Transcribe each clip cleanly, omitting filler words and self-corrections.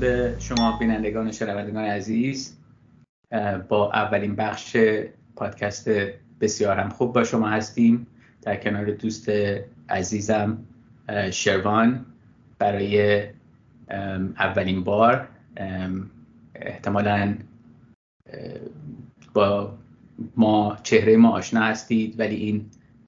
به شما بینندگان و شنوندگان عزیز. با اولین بخش پادکست بسیار هم خوب با شما هستیم در کنار دوست عزیزم شروان برای اولین بار. احتمالاً با چهره ما آشنا هستید، ولی این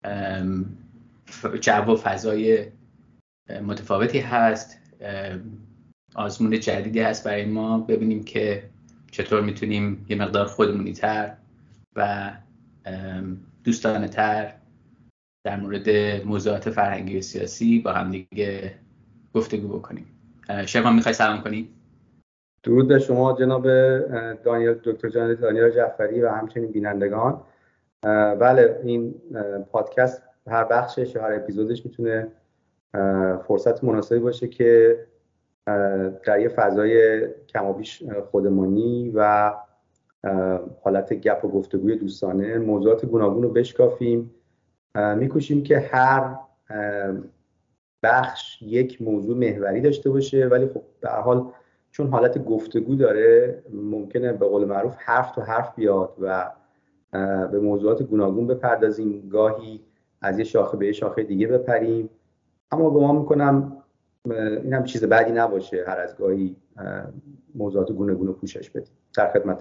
جو و فضای متفاوتی هست، آزمون جدیدی هست برای ما ببینیم که چطور میتونیم یه مقدار خودمونی تر و دوستانه تر در مورد موضوعات فرهنگی و سیاسی با هم دیگه گفتگو بکنیم. شروان میخوای سلام کنی؟ درود به شما جناب دکتر دانیال جعفری و همچنین بینندگان. بله، این پادکست هر بخشش هر اپیزودش میتونه فرصت مناسبی باشه که در یه فضای کمابیش خودمانی و حالت گپ و گفتگوی دوستانه موضوعات گوناگون رو بشکافیم. میکوشیم که هر بخش یک موضوع محوری داشته باشه، ولی خب به هر حال چون حالت گفتگو داره ممکنه به قول معروف حرف تو حرف بیاد و به موضوعات گوناگون بپردازیم، گاهی از یه شاخه به یه شاخه دیگه بپریم، اما گمان میکنم این هم چیز بدی نباشه هر از گاهی موضوعات گوناگون رو پوشش بدیم. در خدمت.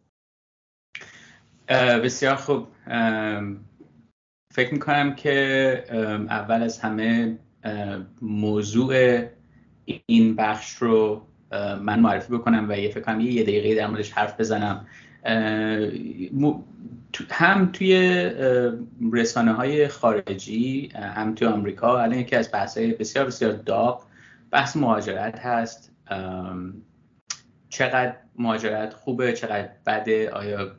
بسیار خوب. فکر میکنم که اول از همه موضوع این بخش رو من معرفی بکنم و فکر کنم یه دقیقه در موردش حرف بزنم. هم توی رسانه‌های خارجی هم توی آمریکا الان یکی از بحث‌های بسیار بسیار داغ بحث مهاجرت هست. چقدر مهاجرت خوبه، چقدر بده، آیا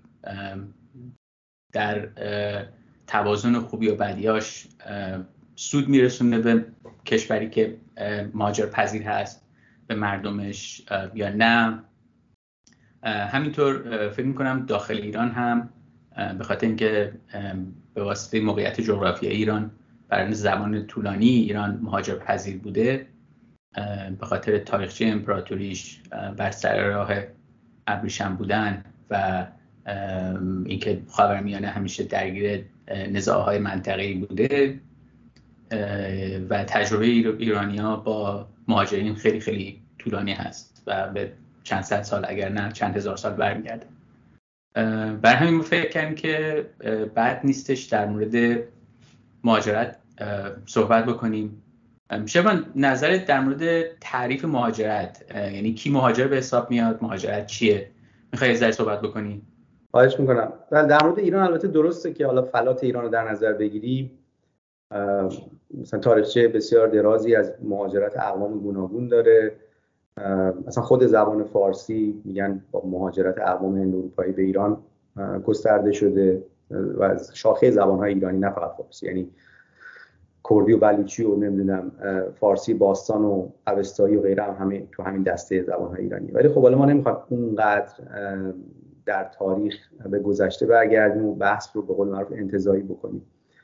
در توازن خوبی و بدیاش سود میرسونه به کشوری که مهاجر پذیر هست به مردمش یا نه. همینطور فکر میکنم داخل ایران هم به خاطر اینکه به واسطه موقعیت جغرافیایی ایران برای زمان طولانی ایران مهاجر پذیر بوده، به خاطر تاریخچه امپراتوریش بر سر راه ابریشم بودن و اینکه خاورمیانه همیشه درگیر نزاع‌های منطقه‌ای بوده و تجربه ایرانی‌ها با مهاجرین خیلی خیلی طولانی هست و به چند صد سال اگر نه چند هزار سال برمیگرده. بر همین ما فکر کردیم که بد نیستش در مورد مهاجرت صحبت بکنیم. شبان، نظرت در مورد تعریف مهاجرت، یعنی کی مهاجر به حساب میاد، مهاجرت چیه؟ میخوای از صحبت بکنی؟ خواهش میکنم. در مورد ایران البته درسته که حالا فلات ایران رو در نظر بگیری، مثلا تاریخچه بسیار درازی از مهاجرت اقوام گوناگون داره. مثلا خود زبان فارسی میگن با مهاجرت اقوام هندواروپایی به ایران گسترده شده و از شاخه زبان‌های ایرانی، نه فقط فارسی، یعنی کردی و بلوچی و نمیدونم فارسی باستان و اوستایی و غیره هم تو همین دسته زبان‌های ایرانی. ولی خب حالا ما نمیخوایم اونقدر در تاریخ به گذشته برگردیم و بحث رو به قول معروف انتزاعی بکنیم.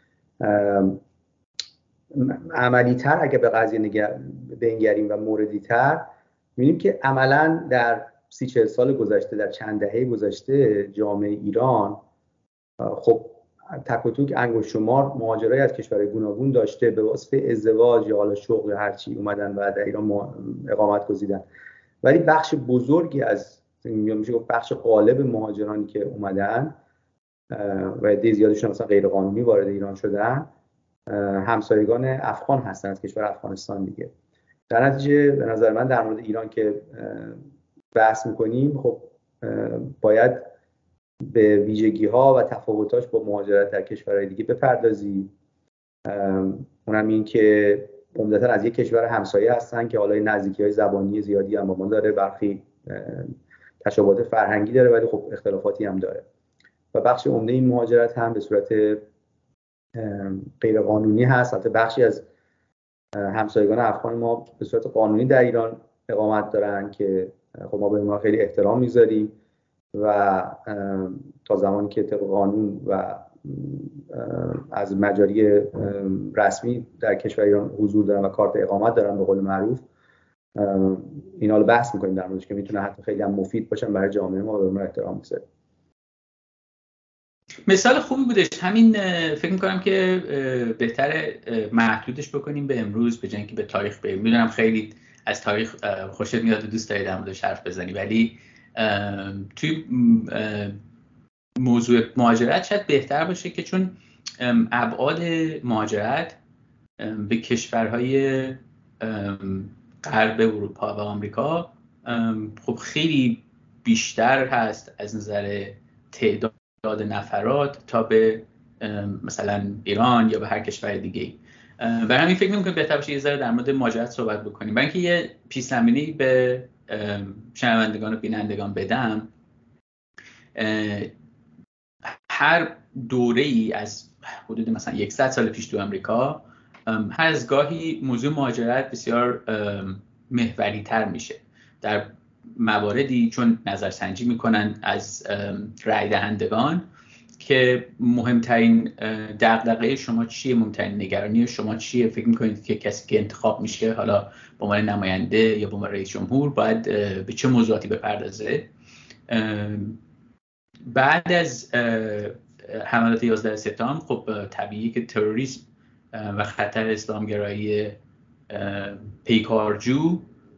عملی‌تر اگه به قضیه بنگریم و موردی‌تر می‌بینیم که عملاً در 30-40 سال گذشته، در چند دهه گذشته، جامعه ایران خب تک و توک انگشت شمار مهاجرای از کشورهای گوناگون داشته به واسطه ازدواج یا حالا شغل یا هر چی اومدن و در ایران اقامت گزیدن. ولی بخش بزرگی از میشه گفت بخش غالب مهاجرانی که اومدن و عده زیادشون مثلا غیر قانونی وارد ایران شدن همسایگان افغان هستن از کشور افغانستان دیگه. در نتیجه به نظر من در مورد ایران که بحث میکنیم خب باید به ویژگی‌ها و تفاوتاش با مهاجرت در کشورهای دیگه بپردازی. اونم این که عمدتاً از یک کشور همسایه هستن که حالا نزدیکی‌های زبانی زیادی هم با ما داره، برخی تشابهات فرهنگی داره ولی خب اختلافاتی هم داره و بخش عمده این مهاجرت هم به صورت غیر قانونی هست. البته بخشی از همسایگان افغان ما به صورت قانونی در ایران اقامت دارن که خب ما به اونها خیلی احترام میذاریم و تا زمانی که طبق قانون و از مجاری رسمی در کشور ایران حضور دارن و کارت اقامت دارن به قول معروف اینا رو بحث میکنیم در موردش که میتونه حتی خیلی هم مفید باشن برای جامعه ما و به احترام بذاریم. مثال خوبی بودش همین. فکر میکنم که بهتره محدودش بکنیم به امروز به جای اینکه به تاریخ بریم. میدونم خیلی از تاریخ خوشت میاد و دوست داری در موردش حرف بزنی، ولی توی موضوع مهاجرت شاید بهتر باشه که چون ابعاد مهاجرت به کشورهای غرب اروپا و آمریکا خب خیلی بیشتر هست از نظر تعداد نفرات تا به مثلا ایران یا به هر کشور دیگه. برای همین فکر می‌کنم بهتر باشه یه ذره در مورد مهاجرت صحبت بکنیم، برای اینکه یه پیش‌زمینه‌ای به شنوندگان و بینندگان بدم. هر دوره‌ای از حدود مثلا 100 سال پیش تو آمریکا هر از گاهی موضوع مهاجرت بسیار محوری تر میشه در مواردی چون نظرسنجی میکنن از رای دهندگان که مهمترین دغدغه شما چیه، مهمترین نگرانی شما چیه، فکر میکنید که کسی که انتخاب میشه حالا به عنوان نماینده یا به عنوان رئیس جمهور باید به چه موضوعاتی بپردازه. بعد از حملات 11 سپتامبر خب طبیعیه که تروریسم و خطر اسلامگرایی پیکارجو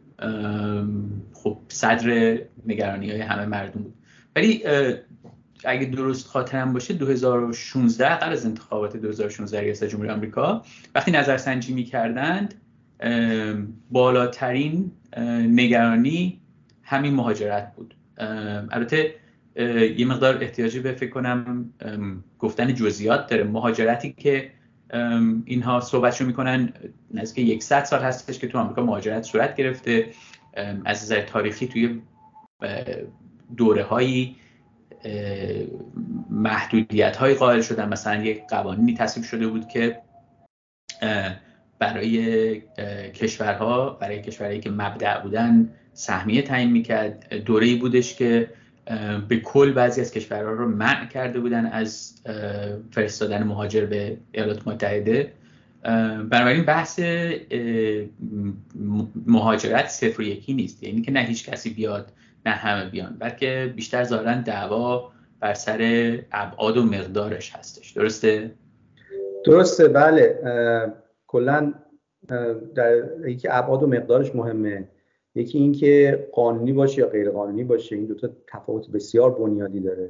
خب صدر نگرانی‌های همه مردم بود. ولی اگه درست خاطرم باشه 2016 قبل از انتخابات 2016 ریاست جمهوری آمریکا وقتی نظرسنجی می‌کردند بالاترین نگرانی همین مهاجرت بود. البته یه مقدار احتیاجی به فکر کنم گفتن جزئیات داره. مهاجرتی که اینها صحبتشو میکنن نزدیک 100 سال هستش که تو آمریکا مهاجرت صورت گرفته. از نظر تاریخی توی دوره‌هایی محدودیت‌های قائل شدن، مثلا یک قوانینی تصویب شده بود که برای کشورهایی که مبدأ بودن سهمیه تعیین میکرد. دوره‌ای بودش که به کل بعضی از کشورها رو منع کرده بودن از فرستادن مهاجر به ایالات متحده. بنابراین بحث مهاجرت صفر و یکی نیست، یعنی که نه هیچ کسی بیاد نه همه بیان، بلکه بیشتر ظاهراً دعوا بر سر ابعاد و مقدارش هستش. درسته بله. کلاً در یکی ابعاد و مقدارش مهمه، یکی این که قانونی باشه یا غیر قانونی باشه. این دوتا تفاوت بسیار بنیادی داره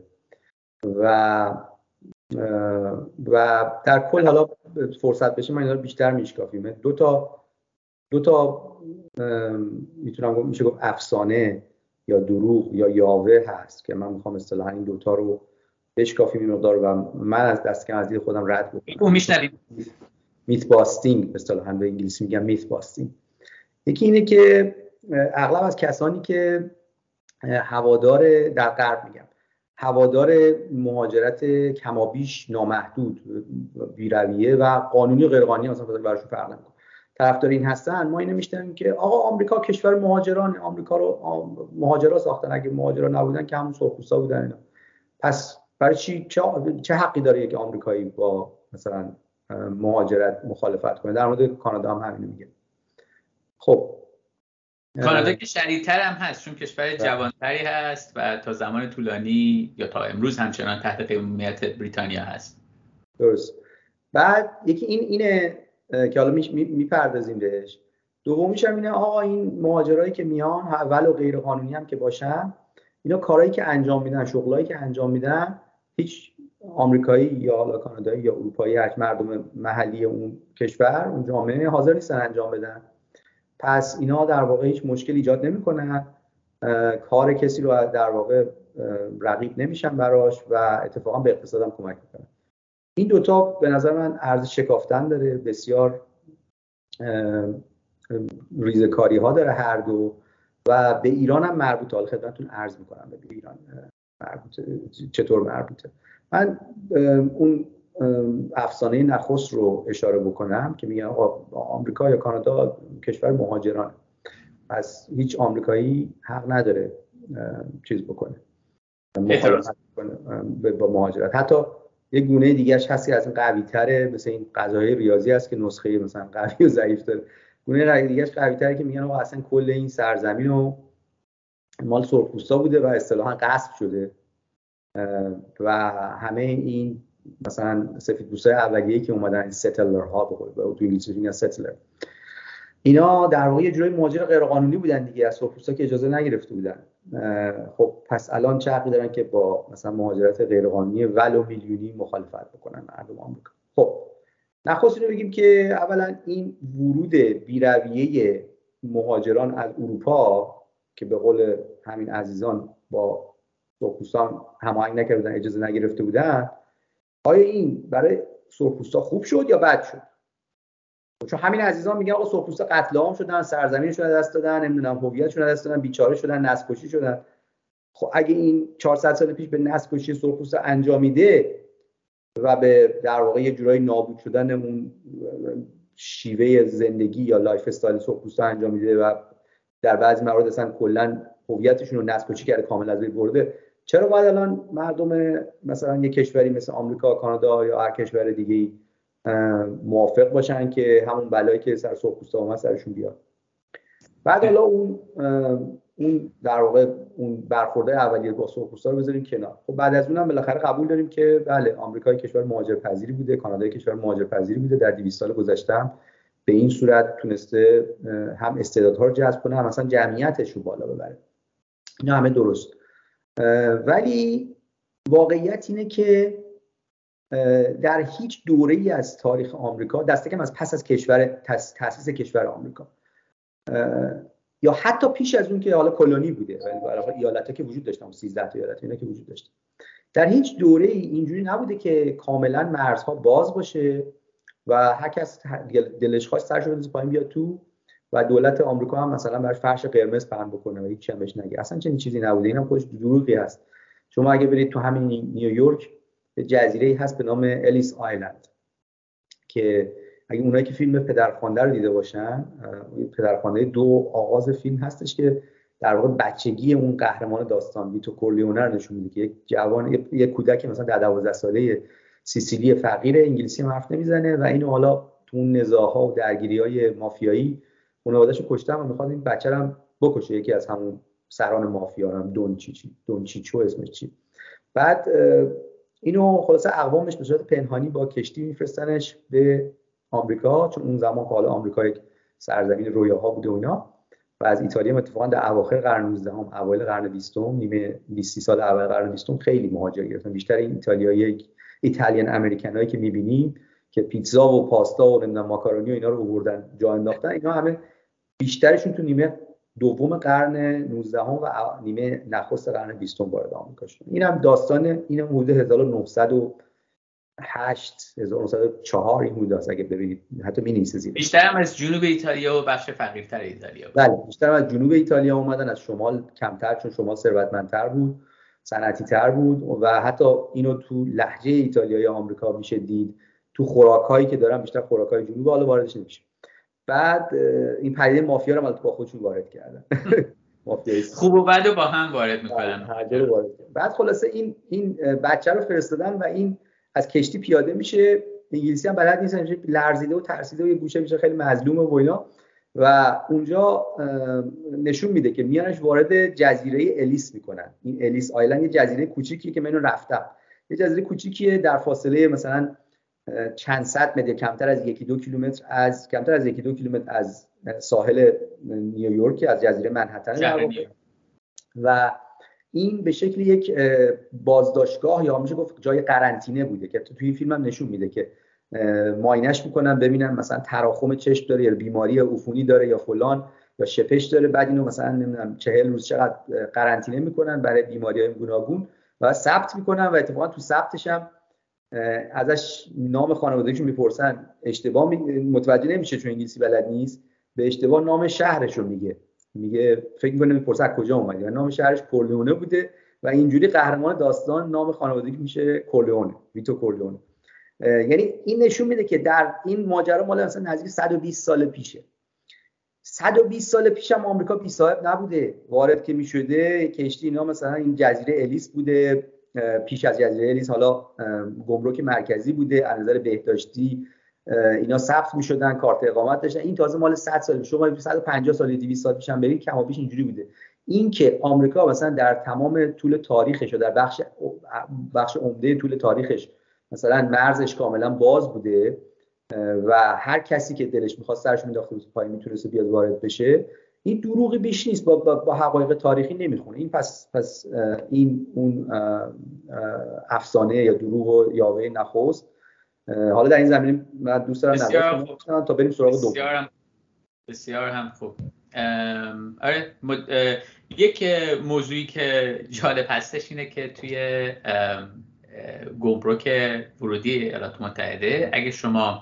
و در کل حالا فرصت بشه من اینا رو بیشتر میشکافیم. دو تا میتونم میشه گفت افسانه یا دروغ یا یاوه هست که من میخوام اصطلاحاً این دوتا رو بشکافیم این مقدار و من از دست کم از دید خودم رد بکنم. میشنویم میت باستینگ اصطلاحاً به انگلیسی میگم میت باستینگ. یکی اینه که اغلب از کسانی که هوادار در غرب میگم هوادار مهاجرت کمابیش نامحدود بی‌رویه و قانونی و غیر قانونی مثلا براشون فرق نمیکنه طرفدار این هستن، ما اینو میشنویم که آقا آمریکا کشور مهاجرانه، آمریکا رو مهاجرا ساختن، اگه مهاجرا نبودن که همون سرخپوستا بودن اینا. پس برای چه حقی داره که آمریکایی با مثلا مهاجرت مخالفت کنه؟ در مورد کانادا هم همین میگه. خب کانادا که شدیدتر هم هست چون کشور جوانتری هست و تا زمان طولانی یا تا امروز همچنان تحت قیمومیت بریتانیا هست. درست. بعد یکی اینه که حالا میپردازیم بهش. دومیش هم اینه آقا این مهاجرایی که میان ولو غیر قانونی هم که باشن، اینا کارهایی که انجام میدن، شغلایی که انجام میدن، هیچ آمریکایی یا حالا کانادایی یا اروپایی هر مردم محلی اون کشور اون جامعه حاضر نیستن انجام بدن. پس اینا در واقع هیچ مشکل ایجاد نمی‌کنن، کار کسی رو در واقع رقیب نمیشن براش و اتفاقا به اقتصادم کمک میکنن. این دوتا به نظر من ارزش شکافتن داره، بسیار ریزکاری ها داره هر دو و به ایران هم مربوطه. حالا خدمتتون عرض میکنم به ایران مربوطه چطور مربوطه. من اون افسانه نخست رو اشاره بکنم که میگن آمریکا یا کانادا کشور مهاجران، پس هیچ آمریکایی حق نداره چیز بکنه، مخالفت کنه با مهاجرت. حتی یک گونه دیگه‌اش هستی از این قوی تره، مثل این قضایای ریاضی هست که نسخه مثلا قوی و ضعیف داره. گونه رأی دیگه‌اش قوی‌تره که میگن آقا اصلا کل این سرزمین رو مال سرخپوستا بوده و اصطلاحاً غصب شده و همه این مثلا سفیدپوستای اولیه‌ای که اومدن ستلرها به قول تو انگلیسی میگن ستلر، اینا در واقع یه جورای مهاجر غیرقانونی بودن دیگه، از سرخپوستا که اجازه نگرفته بودن. خب پس الان چه حقی دارن که با مثلا مهاجرت غیرقانونی ولو میلیونی مخالفت بکنن مردم آمریکا؟ خب نخست اینو بگیم که اولا این ورود بی‌رویه مهاجران از اروپا که به قول همین عزیزان با سرخپوستان هماهنگ نکرده بودن، اجازه نگرفته بودن، آیا این برای سرخپوستا خوب شد یا بد شد؟ چون همین عزیزان میگن آقا سرخپوستا قتل عام شدن، سرزمینشون رو دست دادن، نمیدونم هویتشون رو دست دادن، بیچاره شدن، نسل‌کشی شدن. خب اگه این 400 سال پیش به نسل‌کشی سرخپوستا انجامیده و به در واقع یه جورایی نابود شدن اون شیوه زندگی یا لایف استایل سرخپوستا انجام میده و در بعضی موارد اصلا کلا هویتشون رو نسل‌کشی کرده، کامل از بین برده، چرا باید الان مردم مثلا یه کشوری مثل آمریکا، کانادا یا هر کشور دیگه‌ای موافق باشن که همون بلایی که سر سرخپوستا اومد سرشون بیاد؟ بعد حالا اون در واقع اون برخورد اولیه با سرخپوستا رو بذاریم کنار. خب بعد از اونم بالاخره قبول داریم که بله آمریکا کشور مهاجرپذیری بوده، کانادا کشور مهاجرپذیری بوده، در 200 سال گذشته هم به این صورت تونسته هم استعدادها رو جذب کنه، هم مثلا جمعیتش رو بالا ببره. اینا همه درست. ولی واقعیت اینه که در هیچ دوره‌ای از تاریخ آمریکا، دست کم از پس از تأسیس کشور آمریکا یا حتی پیش از اون که حالا کلونی بوده، ولی برای ایالت‌ها که وجود داشتن، 13 تا ایالت اینا که وجود داشتن، در هیچ دوره‌ای اینجوری نبوده که کاملا مرزها باز باشه و هر کس دلش خواست سرشو بندازه پایین بیاد تو و دولت آمریکا هم مثلا براش فرش قرمز پهن بکنه و هیچ چیزی بهش نگه. اصلا چنین چیزی نبوده. اینم خودش دروغی هست. شما اگه برید تو همین نیویورک جزیره‌ای هست به نام الیس آیلند که اگه اونایی که فیلم پدرخوانده رو دیده باشن، پدرخوانده 2 آغاز فیلم هستش که در واقع بچگی اون قهرمان داستان ویتو کورلیونه رو نشون میده که یک جوان، یک کودک مثلا در 12 ساله سیسیلی فقیر انگلیسی هم حرف نمیزنه و اینو حالا تو اون نزاع‌ها و درگیری‌های مافیایی خانواده‌شو کشتن و میخواد این بچه رو هم بکشه، یکی از همون سران مافیا هم دونچیچو اسمش چی. بعد اینو خلاصه اقوامش به صورت پنهانی با کشتی میفرستنش به آمریکا، چون اون زمان حالا آمریکا یک سرزمین رویاها بوده و اینا، و از ایتالیا اتفاقا در اواخر قرن 19 اوایل قرن 20 نیمه 20 سال اول قرن 20 خیلی مهاجر گرفتن. بیشتر این ایتالیایی ایتالیان امریکنایی که می‌بینیم که پیتزا و پاستا و نمیدونم ماکارونی و اینا رو آوردن جا انداختن، اینا همه بیشترشون تو نیمه دوم قرن 19 و نیمه نخست قرن 20 وارد آمریکا شدن. اینم داستان اینم حدود 1908 1904 این حدود است. اگه ببینید حتی می‌نویسه زیر بیشتر هم از جنوب ایتالیا و بخش فقیرتر ایتالیا. بله بیشتر از جنوب ایتالیا اومدن، از شمال کمتر، چون شمال ثروتمندتر بود، صنعتی‌تر بود و حتی اینو تو لهجه ایتالیایی آمریکا میشه دید، تو خوراکایی که دارن بیشتر خوراکای جنوب حالا واردش نمیشه. بعد این پدیده مافیا رو با خودشون وارد کردن. مافیای خوب و بد رو با هم وارد می‌کنن. هر دو رو وارد کردن. بعد خلاصه این بچه رو فرستادن و این از کشتی پیاده میشه. انگلیسی هم بلد نیستن، لرزیده و ترسیده و یه گوشه میشه خیلی مظلومه و اینا، و اونجا نشون میده که میانش وارد جزیره الیس میکنن. این الیس آیلند یه جزیره کوچیکیه که من رفتم، یه جزیره کوچیکیه در فاصله مثلا چند صد متر، کمتر از 1-2 کیلومتر از ساحل نیویورک، از جزیره منهتن در واقع، و این به شکل یک بازداشتگاه یا میشه گفت جای قرنطینه بوده که توی فیلم هم نشون میده که ماینش میکنن ببینن مثلا تراخم چشم داره یا بیماری عفونی داره یا فلان یا شپش داره، بعد اینو مثلا نمیدونم 40 روز چقدر قرنطینه میکنن برای بیماری‌های گوناگون و ثبت میکنن، و اتفاقا تو ثبتش هم ازش نام خانوادگیشو میپرسن، اشتباه متوجه نمیشه چون انگلیسی بلد نیست، به اشتباه نام شهرشو میگه فکر میکنه میپرسه از کجا اومدی و نام شهرش کورلیونه بوده و اینجوری قهرمان داستان نام خانوادگی میشه کورلیونه، ویتو کورلیونه. یعنی این نشون میده که در این ماجرا مال مثلا نزدیک 120 سال پیشه. 120 سال پیش هم آمریکا بی صاحب نبوده. وارد که میشده کشتی اینا مثلا این جزیره الیس بوده، پیش از جزیره الیس حالا گمرک مرکزی بوده، از نظر بهداشتی اینا ثبت میشدن، کارت اقامت داشتن. این تازه مال 100 سال، شما 150 سال 200 سال پیش هم برید کم و بیش اینجوری بوده. این که آمریکا مثلا در تمام طول تاریخش و در بخش عمده طول تاریخش مثلا مرزش کاملا باز بوده و هر کسی که دلش می‌خواست سرش مینداخته بود پای میتونست بیاد وارد بشه، این دروغی بیش نیست، با حقایق تاریخی نمیخونه. این پس این اون افسانه یا دروغ و یاوه نخست. حالا در این زمینه من دوست دارم نظر شما تا بریم سراغ دوم. بسیار هم خوب. آره یک موضوعی که جالب هستش اینه که توی گمرک ورودی ایالات متحده اگه شما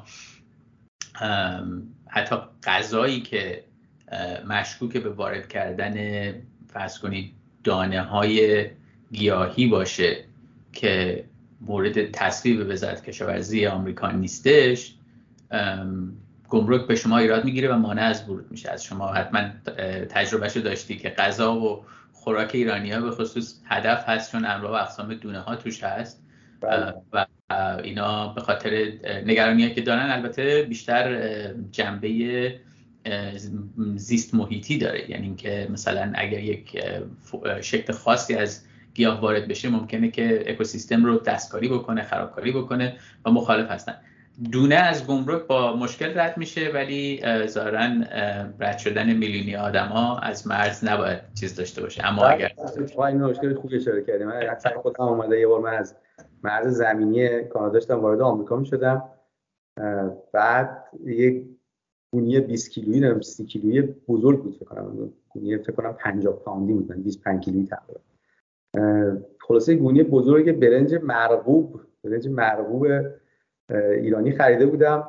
حتی غذایی که مشکوک به وارد کردن فرض کنید دانه‌های گیاهی باشه که مورد تصویب وزارت کشاورزی آمریکا نیستش، گمرک به شما ایراد میگیره و مانع از ورود میشه. از شما حتما تجربهشو داشتی که غذا و خوراک ایرانی‌ها به خصوص هدف هست چون انواع و اقسام دونه‌ها توش هست و اینا به خاطر نگرانی‌هایی که دارن البته بیشتر جنبه زیست محیطی داره. یعنی اینکه مثلا اگر یک شکل خاصی از گیاه وارد بشه ممکنه که اکوسیستم رو دستکاری بکنه، خرابکاری بکنه و مخالف هستن. دونه از گمرک با مشکل رد میشه ولی ظاهراً رد شدن میلیونی آدما از مرز نباید چیز داشته باشه. اما اگر این مشکل خوبی اشاره کردیم، من اکثر خودم اومده یه بار من از مرز زمینی کانادا داشتم وارد آمریکا میشدم، بعد یک گونی 20 کیلویی نمیدونم 30 کیلویی بزرگ بود فکر کنم 50 پوندی بود، 25 کیلویی تقریبا. خلاصه گونی بزرگ برنج مرغوب ایرانی خریده بودم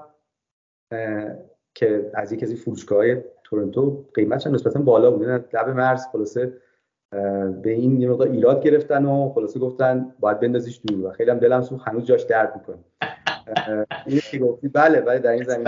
که از یکی از فروشگاه‌های تورنتو قیمتش نسبتاً بالا بود، لب مرز. خلاصه به این یه مقدار ایراد گرفتن و خلاصه گفتن باید بندازیش دور و خیلی هم دلم سوخت، هنوز جاش درد میکنه. اینی که گفتی بله در این زمینه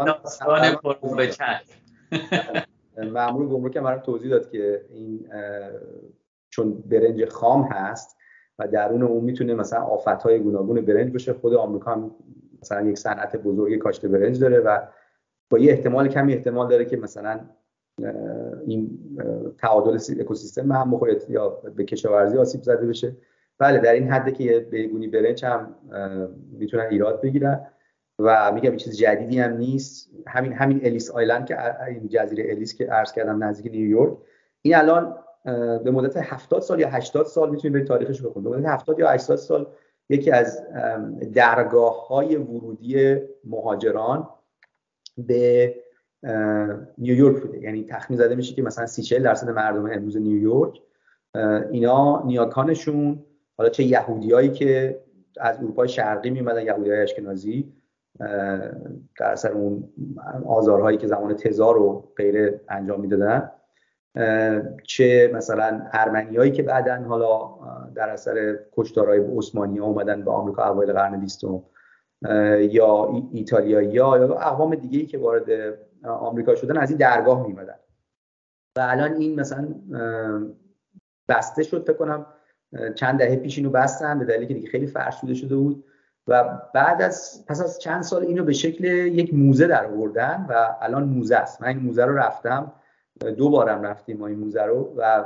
مأمور گمرک هم برام توضیح داد که این چون برنج خام هست و درون اون میتونه مثلا آفت‌های گوناگون برنج بشه. خود آمریکا هم مثلا یک صنعت بزرگی کاشت برنج داره و با یه کمی احتمال داره که مثلا این تعادل اکوسیستم هم بخوره یا به کشاورزی آسیب زده بشه. بله در این حده که به گونی برنج هم میتونن ایراد بگیرن و میگم این چیز جدیدی هم نیست. همین الیس آیلند که این جزیره الیس که عرض کردم نزدیک نیویورک، این الان به مدت 70 سال یا 80 سال میتونید برید تاریخش رو بخونید. به مدت 70 یا 80 سال یکی از درگاه‌های ورودی مهاجران به نیویورک بوده. یعنی تخمین زده میشه که مثلا 30-40% مردم امروز نیویورک اینا نیاکانشون، حالا چه یهودیایی که از اروپای شرقی میمدن، یهودیای اشکنازی در اثر اون آزارهایی که زمان تزار و غیره انجام میدادن، چه مثلا ارمنیایی که بعدن حالا در اثر کشتارهای عثمانی‌ها اومدن به آمریکا اوایل قرن 20 یا ایتالیایی‌ها یا اقوام دیگه‌ای که وارد آمریکا شدن از این درگاه میمدن و الان این مثلا بسته شد. فکر کنم چند دهه پیش اینو بستن به دلیلی که دیگه خیلی فرسوده شده بود و پس از چند سال اینو به شکل یک موزه در آوردن و الان موزه است. من این موزه رو رفتم، 2 بارم رفتیم ما این موزه رو و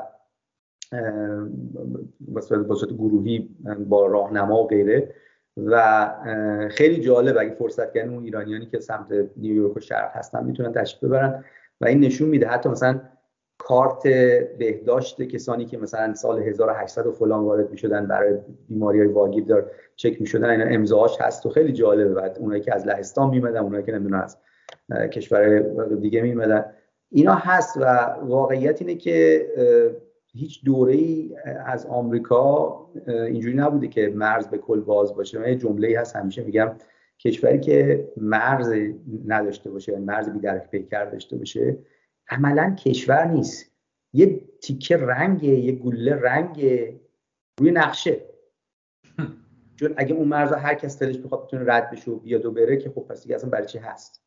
به صورت گروهی با راهنما و غیره و خیلی جالب. اگه فرصت کردن اون ایرانیانی که سمت نیویورک و شرق هستن میتونن تشریف ببرن و این نشون میده حتی مثلا کارت بهداشت کسانی که مثلا سال 1800 و فلان وارد میشدن برای بیماری‌های واگیر دار چک میشدن، اینا امضاش هست و خیلی جالبه. بعد اونایی که از لهستان میمدن، اونایی که نمیدونم از کشور دیگه میمدن، اینا هست و واقعیت اینه که هیچ دوره‌ای از آمریکا اینجوری نبوده که مرز به کل باز باشه. من یه جمله‌ای هست همیشه میگم کشوری که مرز نداشته باشه یا مرز بی‌درک پیکر داشته باشه عملاً کشور نیست، یه تیکه رنگ، یه گوله رنگ روی نقشه. چون اگه اون مرز هر کس دلش بخواد بتونه رد بشه و بیاد و بره که خب پس دیگه اصلا برای چی هست.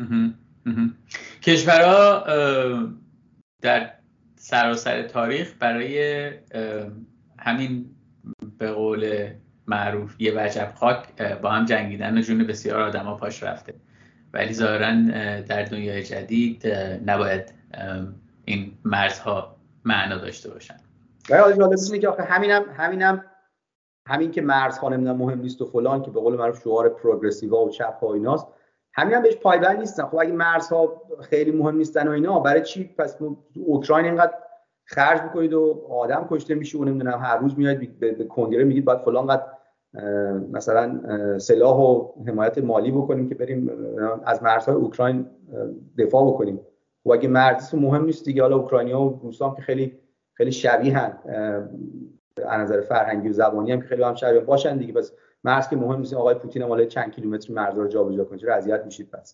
کشورها در سراسر تاریخ برای همین به قول معروف یه وجب خاک با هم جنگیدن و جون بسیار آدما پاش رفته. ولی ظاهراً در دنیای جدید نباید این مرزها معنا داشته باشن. ولی جالب اینه که آخه همین که مرزها نمیدونم مهم نیست و فلان، که به قول معروف شعار پروگرسیوا و چپ ها ایناست، همین بهش پایبند نیستن. خب اگه مرزها خیلی مهم نیستن و اینا، برای چی پس اوکراین اینقدر خرج میکنید و آدم کشته میشه و نمیدونم هر روز میاد به کنگره میگید باید فلان قد مثلا سلاح و حمایت مالی بکنیم که بریم از مرزهای اوکراین دفاع بکنیم. و اگه مرزش مهم نیست دیگه، حالا اوکراینیا و روسا هم که خیلی خیلی شبیهن از نظر فرهنگی و زبانی هم که خیلی هم شبیه باشن دیگه، پس مرز که مهم نیست. آقای پوتین هم چند کیلومتر مرز رو جابجا کنه، چرا اذیت میشید پس؟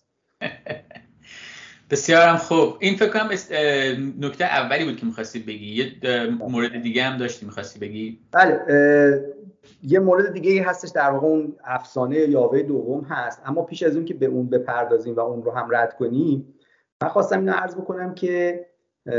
بسیارم خوب. این فکر کنم نکته اولی بود که می‌خواستی بگی. یه مورد دیگه هم داشتی می‌خواستی بگی؟ بله، یه مورد دیگه هستش، در واقع اون افسانه یاوه دوم هست. اما پیش از اون که به اون بپردازیم و اون رو هم رد کنیم، من خواستم اینو عرض بکنم که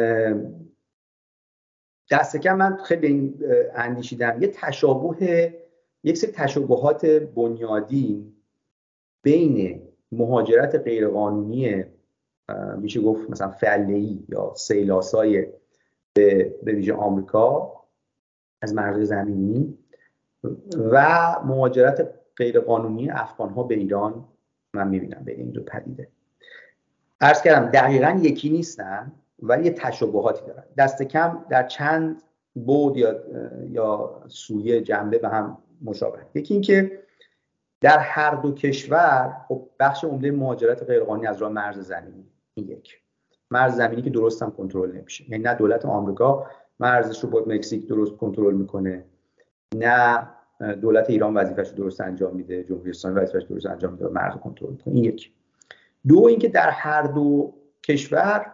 دست کم من خیلی اندیشیدم یک سری تشابهات بنیادی بین مهاجرت غیرقانونی میشه گفت مثلا فعله‌ای یا سیلاسای به ویژه آمریکا از مرز زمینی و مهاجرت غیرقانونی افغان‌ها به ایران من می‌بینم بین این دو پدیده. عرض کردم دقیقاً یکی نیستن ولی یه تشابهاتی دارن، دست کم در چند بعد یا سویه جنبه به هم مشابه. یکی این که در هر دو کشور خب بخش عمده مهاجرت غیرقانونی از راه مرز زمینی، این یک مرز زمینی که درست هم کنترل نمیشه، یعنی نه دولت آمریکا مرزش رو با مکزیک درست کنترل میکنه، نه دولت ایران وظیفه‌اش رو درست انجام میده، جمهوری اسلامی وظیفه‌اش رو درست انجام میده و مرز رو کنترل میکنه. این یک. دو اینکه در هر دو کشور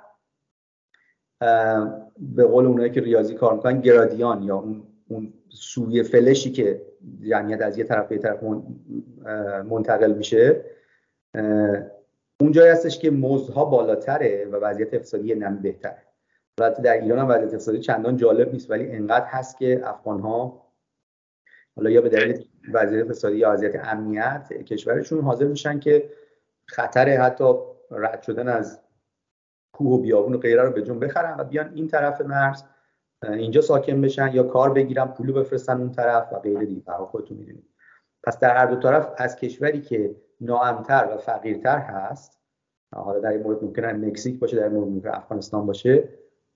به قول اونایی که ریاضی کار میکنن گرادیان یا اون سویه فلشی که جمعیت از یه طرف به یه طرف منتقل میشه، اون جایی هستش که مزدها بالاتره و وضعیت اقتصادی نمی بهتره. البته در ایران هم وضعیت اقتصادی چندان جالب نیست، ولی انقدر هست که افغان‌ها حالا یا به دلیل وضعیت اقتصادی یا وضعیت امنیت کشورشون حاضر میشن که خطر حتی رد شدن از کوه و بیابون و غیره رو به جون بخرن و بیان این طرف مرز اینجا ساکن بشن یا کار بگیرن پولو بفرستن اون طرف و غیره دیگه. برای خودتون میدونید. پس در هر دو طرف از کشوری که ناامن‌تر و فقیرتر هست، حالا در این مورد ممکنه مکزیک باشه، در این مورد ممکنه افغانستان باشه،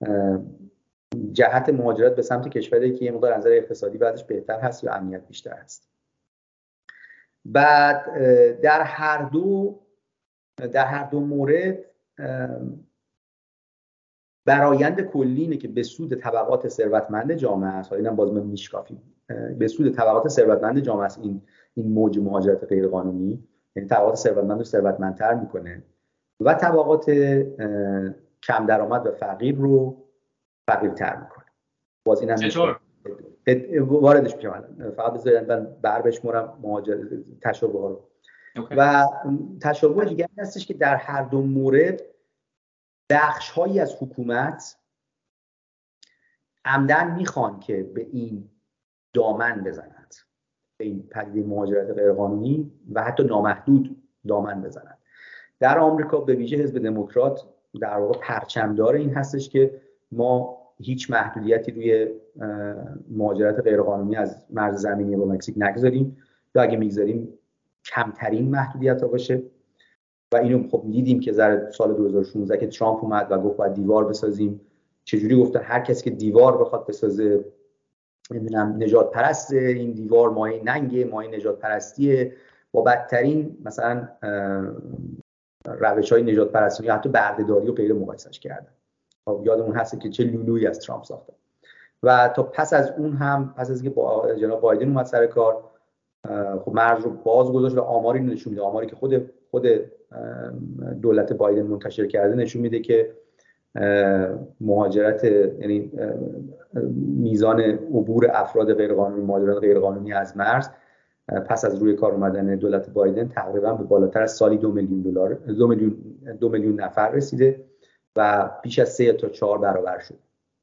جهت مهاجرت به سمت کشوری که یه مقدار از نظر اقتصادی بعدش بهتر هست یا امنیت بیشتر هست. بعد در هر دو مورد برآیند کلی اینه که به سود طبقات ثروتمند جامعه است. اینم باز من میشکافیم، به سود طبقات ثروتمند جامعه است این موج مهاجرت غیرقانونی، یعنی طبقات ثروتمند رو ثروتمندتر میکنه و طبقات کم درآمد و فقیر رو فقیرتر میکنه. باز اینم چطور واردش میشم فقط بذارید من بشمرم مهاجرت تشابه ها رو. و تشابه دیگه هستش که در هر دو مورد بخش‌هایی از حکومت عمدن میخوان که به این دامن بزنند، به این پدیده مهاجرت غیرقانونی و حتی نامحدود دامن بزنند. در آمریکا به ویژه حزب دموکرات در واقع پرچمدار این هستش که ما هیچ محدودیتی روی مهاجرت غیرقانونی از مرز زمینی با مکزیک نگذاریم یا اگه میگذاریم کمترین محدودیت ها باشه. و اینو خب دیدیم که سال 2016 که ترامپ اومد و گفت باید دیوار بسازیم، چجوری گفتن هر کسی که دیوار بخواد بسازه نمیدونم نجات پرسته، این دیوار مایه ننگه، مایه نجات پرستیه، با بدترین مثلا روش‌های نجات پرستی یا حتی بردهداری و غیره مقایسهش کردن. خب یادمون هست که چه لولویی از ترامپ ساخته. و تا پس از اینکه با جناب بایدن اومد سر کار، خب مرز رو باز گذاشت و آماری نشون میده، آماری که خود دولت بایدن منتشر کرده نشون میده که مهاجرت، یعنی میزان عبور افراد غیرقانونی، مهاجرت غیرقانونی از مرز پس از روی کار اومدن دولت بایدن تقریبا به بالاتر از سالی 2 میلیون نفر رسیده و بیش از 3 تا 4 برابر شد.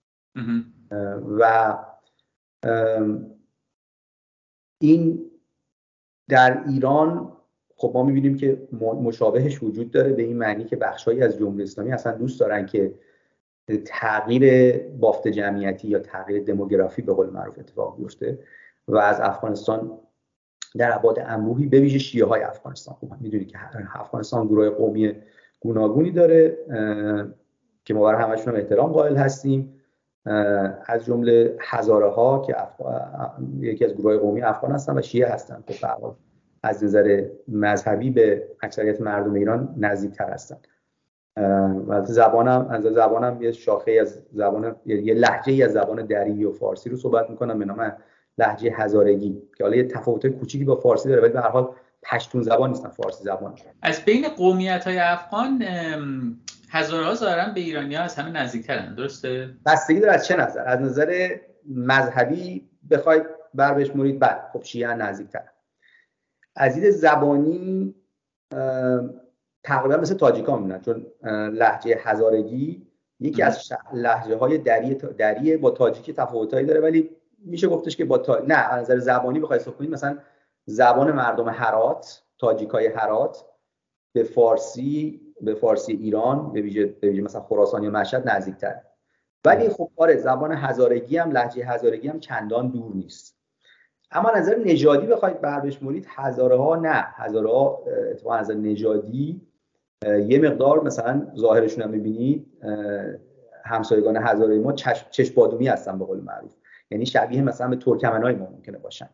و این در ایران خب ما می‌بینیم که مشابهش وجود داره، به این معنی که بخشایی از جمهوری اسلامی اصلا دوست دارن که تغییر بافت جمعیتی یا تغییر دموگرافی به قول معروف اتفاق بیفته و از افغانستان در ابعاد انبوهی به ویژه شیعه‌های افغانستان، خب می‌دونید که افغانستان گروه قومی گوناگونی داره که ما برای همشون هم احترام قائل هستیم، از جمله هزاره‌ها که یکی از گروه‌های قومی افغان هستن و شیعه هستن، خب به از نظر مذهبی به اکثریت مردم ایران نزدیک‌تر هستن. البته زبانم یه شاخه از زبان، یه لهجه‌ای از زبان دری و فارسی رو صحبت می‌کنم به نام لهجه هزارگی که حالا یه تفاوت کوچیکی با فارسی داره، ولی به هر حال پشتون زبان نیستن، فارسی زبان. از بین قومیت‌های افغان هزاره‌ها ظاهراً به ایرانی‌ها از همه نزدیک‌ترن، درسته؟ بستگی داره از چه نظر. از نظر مذهبی بخواید بر بشمرید، بعد خب شیعه نزدیک‌تر. از دید زبانی تقریبا مثل تاجیک‌ها میمونن، چون لهجه هزارگی یکی از لهجه‌های دری با تاجیکی تفاوتایی داره، ولی میشه گفتش که نه از نظر زبانی بخواید حساب کنید مثلا زبان مردم هرات، تاجیکای هرات به فارسی ایران به ویژه مثلا خراسان یا مشهد نزدیک‌تره. ولی خب آره زبان هزارگی هم، لهجه هزارگی هم چندان دور نیست. اما از نظر نژادی بخواید بر بشمرید هزارها اتفاقا از نظر نژادی یه مقدار مثلا ظاهرشون هم می‌بینید همسایگان هزاره ما چشم بادومی هستن به قول معروف، یعنی شبیه مثلا به ترکمنای ما ممکنه باشن.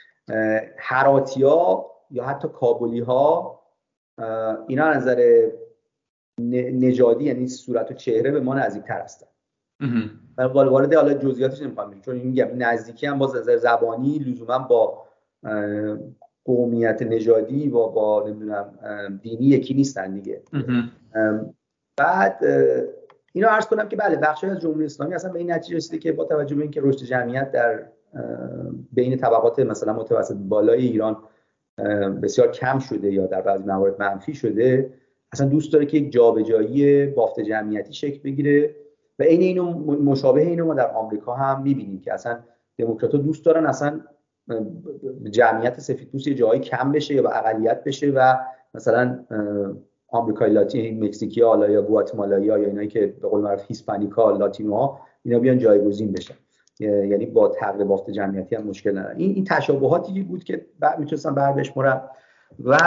هراتیا یا حتی کابلی‌ها اینا از نظر نژادی یعنی صورت و چهره به ما نزدیک‌تر هستن. من وارد حالا جزئیاتش نمی‌خوام بشم، چون میگم نزدیکی هم با نظر زبانی لزوما با قومیت نژادی و با نمیدونم دینی یکی نیستن دیگه. بعد اینو عرض کنم که بله بخشی از جمهوری اسلامی اصلا به این نتیجه رسیده که با توجه به اینکه رشد جمعیت در بین طبقات مثلا متوسط بالای ایران بسیار کم شده یا در بعضی موارد منفی شده، اصلا دوست داره که یک جابجایی بافت جمعیتی شکل بگیره و عین اینو مشابه اینو ما در آمریکا هم می‌بینیم که اصلا دموکرات‌ها دوست دارن اصلا جمعیت سفیدپوست یه جایی کم بشه یا به اقلیت بشه و مثلا آمریکای لاتین، مکزیکی‌ها یا گواتمالایی‌ها یا اینایی که به قول معروف هیسپانیکا، لاتینوها اینا بیان جایگزین بشن، یعنی با تغییر بافت جمعیتی هم مشکل ندارن. این تشابهاتی بود که میتونستم بر بشمرم و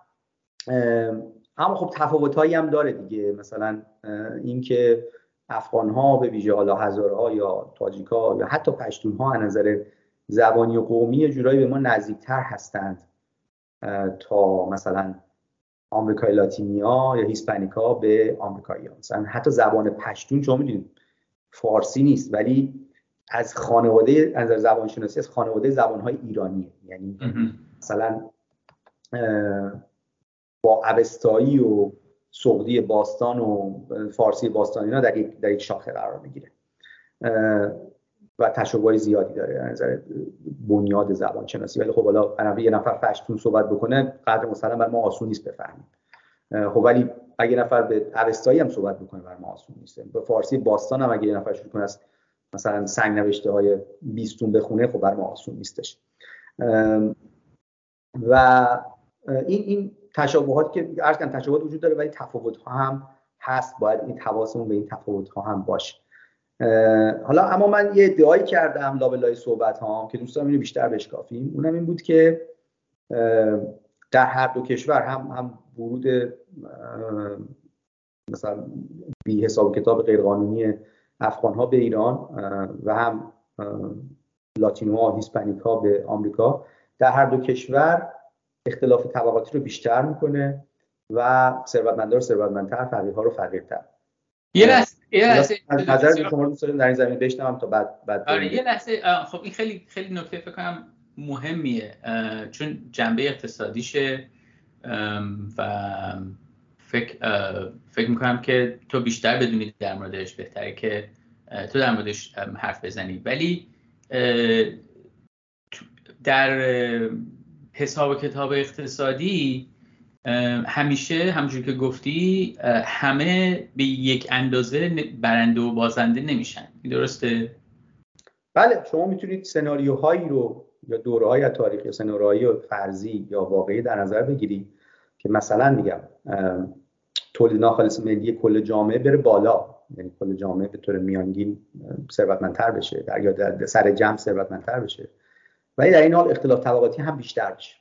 اما خب تفاوتایی هم داره دیگه، مثلا اینکه افغان‌ها به ویژه حالا هزاره‌ها یا تاجیک‌ها یا حتی پشتون‌ها از نظر زبانی و قومی یه جورایی به ما نزدیک‌تر هستند تا مثلا آمریکای لاتینیا یا هیسپانیکا به آمریکایی‌ها. مثلا حتی زبان پشتون شما می‌دونید فارسی نیست، ولی از خانواده از زبان شناسی از خانواده زبان‌های ایرانیه، یعنی مثلا با اوستایی و سغدی باستان و فارسی باستان اینا در یک شاخه قرار میگیره و تشابه زیادی داره از نظر بنیاد زبان شناسی. ولی خب حالا یه نفر پشتون صحبت بکنه قدر مثلا برای ما آسون نیست بفهمیم، خب ولی اگه نفر به اوستایی هم صحبت بکنه برای ما آسون نیست. به فارسی باستان هم اگه یه نفر شروع کنه از مثلا سنگ نوشته های بیستون بخونه خب برای ما آسون نیستش. و این تشابهات که عرض کردم تشابهات وجود داره ولی تفاوت ها هم هست، باید این حواسمون به این تفاوت ها هم باشه. حالا اما من یه ادعایی کردم لابلای صحبت ها که دوست دارم اینو بیشتر بشکافیم، اونم این بود که در هر دو کشور هم ورود مثلا بی حساب کتاب غیرقانونی افغان ها به ایران و هم لاتینوها هیسپانیکا به آمریکا، در هر دو کشور اختلاف طبقاتی رو بیشتر میکنه و ثروتمندا رو ثروتمندتر، فقیرها رو فقیرتر. یه لحظه نظر شما رو دوست دارم در این زمینه بشنوم تا بعد یه لحظه. خب این خیلی نکته فکر کنم مهمیه، چون جنبه اقتصادیشه و فکر میکنم که تو بیشتر بدونی در موردش، بهتره که تو در موردش حرف بزنی. ولی در حساب کتاب اقتصادی همیشه همونجوری که گفتی همه به یک اندازه برنده و بازنده نمیشن، درسته؟ بله، شما میتونید سناریوهایی رو یا دوره‌های تاریخی، سناریوهای فرضی یا واقعی در نظر بگیرید که مثلا میگم تولید ناخالص ملی کل جامعه بره بالا، یعنی کل جامعه به طور میانگین ثروتمندتر بشه، در سر جمع ثروتمندتر بشه، ولی در این حال اختلاف طبقاتی هم بیشتر بشه.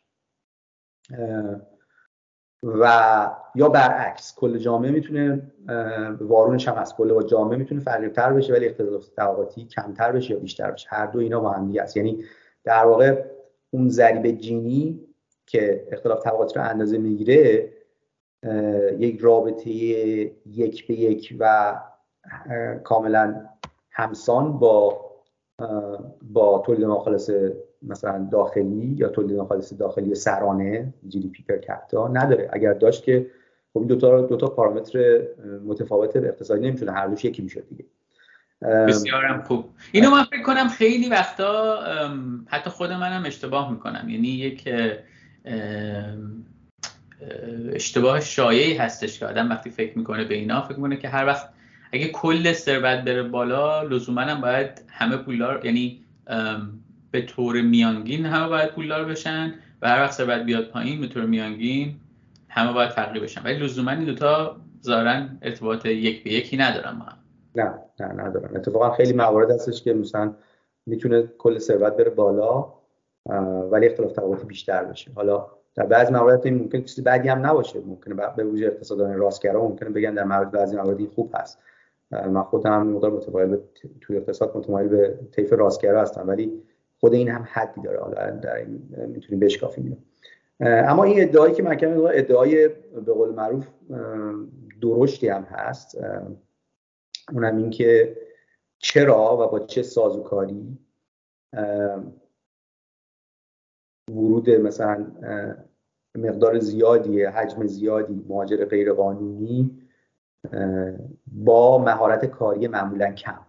و یا برعکس کل جامعه میتونه وارونش هم از کل جامعه میتونه فقیرتر بشه ولی اختلاف طبقاتی کمتر بشه یا بیشتر بشه. هر دو اینا با هم دیگه است. یعنی در واقع اون ضریب جینی که اختلاف طبقاتی رو اندازه میگیره یک رابطه 1:1 و کاملا همسان با تولید ناخالص مثلا داخلی یا تولید ناخالص داخلی سرانه جی دی پی پر کپیتا نداره. اگر داشت که خب این دو تا پارامتر متفاوت اقتصادی نمیتونه هر دوش یکی میشد دیگه. بسیارم خوب. اینو من فکر کنم خیلی وقتا حتی خود منم اشتباه میکنم، یعنی یک اشتباه شایعی هستش که آدم وقتی فکر میکنه به اینا فکر میکنه که هر وقت اگه کل ثروت بره بالا لزوما هم باید همه پولدار، یعنی به طور میانگین همه باید پولدار بشن و هر وقت ثروت بیاد پایین به طور میانگین همه باید فقیر بشن، ولی لزوما این دوتا ظاهرا ارتباط 1:1 ندارن با هم. نه ندارن. اتفاقا خیلی موارد هستش که مثلا میتونه کل ثروت بره بالا ولی اختلاف طبقاتی بیشتر بشه. حالا در بعضی موارد این ممکن چیز بدی هم نباشه، ممکنه به وجه اقتصاددان راستگرا ممکنه بگن در مورد بعضی موارد این خوب هست. من خودم مقدار متمایل به توی اقتصاد متمایل به طیف راستگرا هستم، ولی خود این هم حدی داره. حالا در این میتونیم بشکافیم. اما این ادعایی که من کردم ادعای به قول معروف درشتی هم هست، اونم این که چرا و با چه سازوکاری ورود مثلا مقدار زیادی حجم زیادی مهاجر غیرقانونی با مهارت کاری معمولا کم،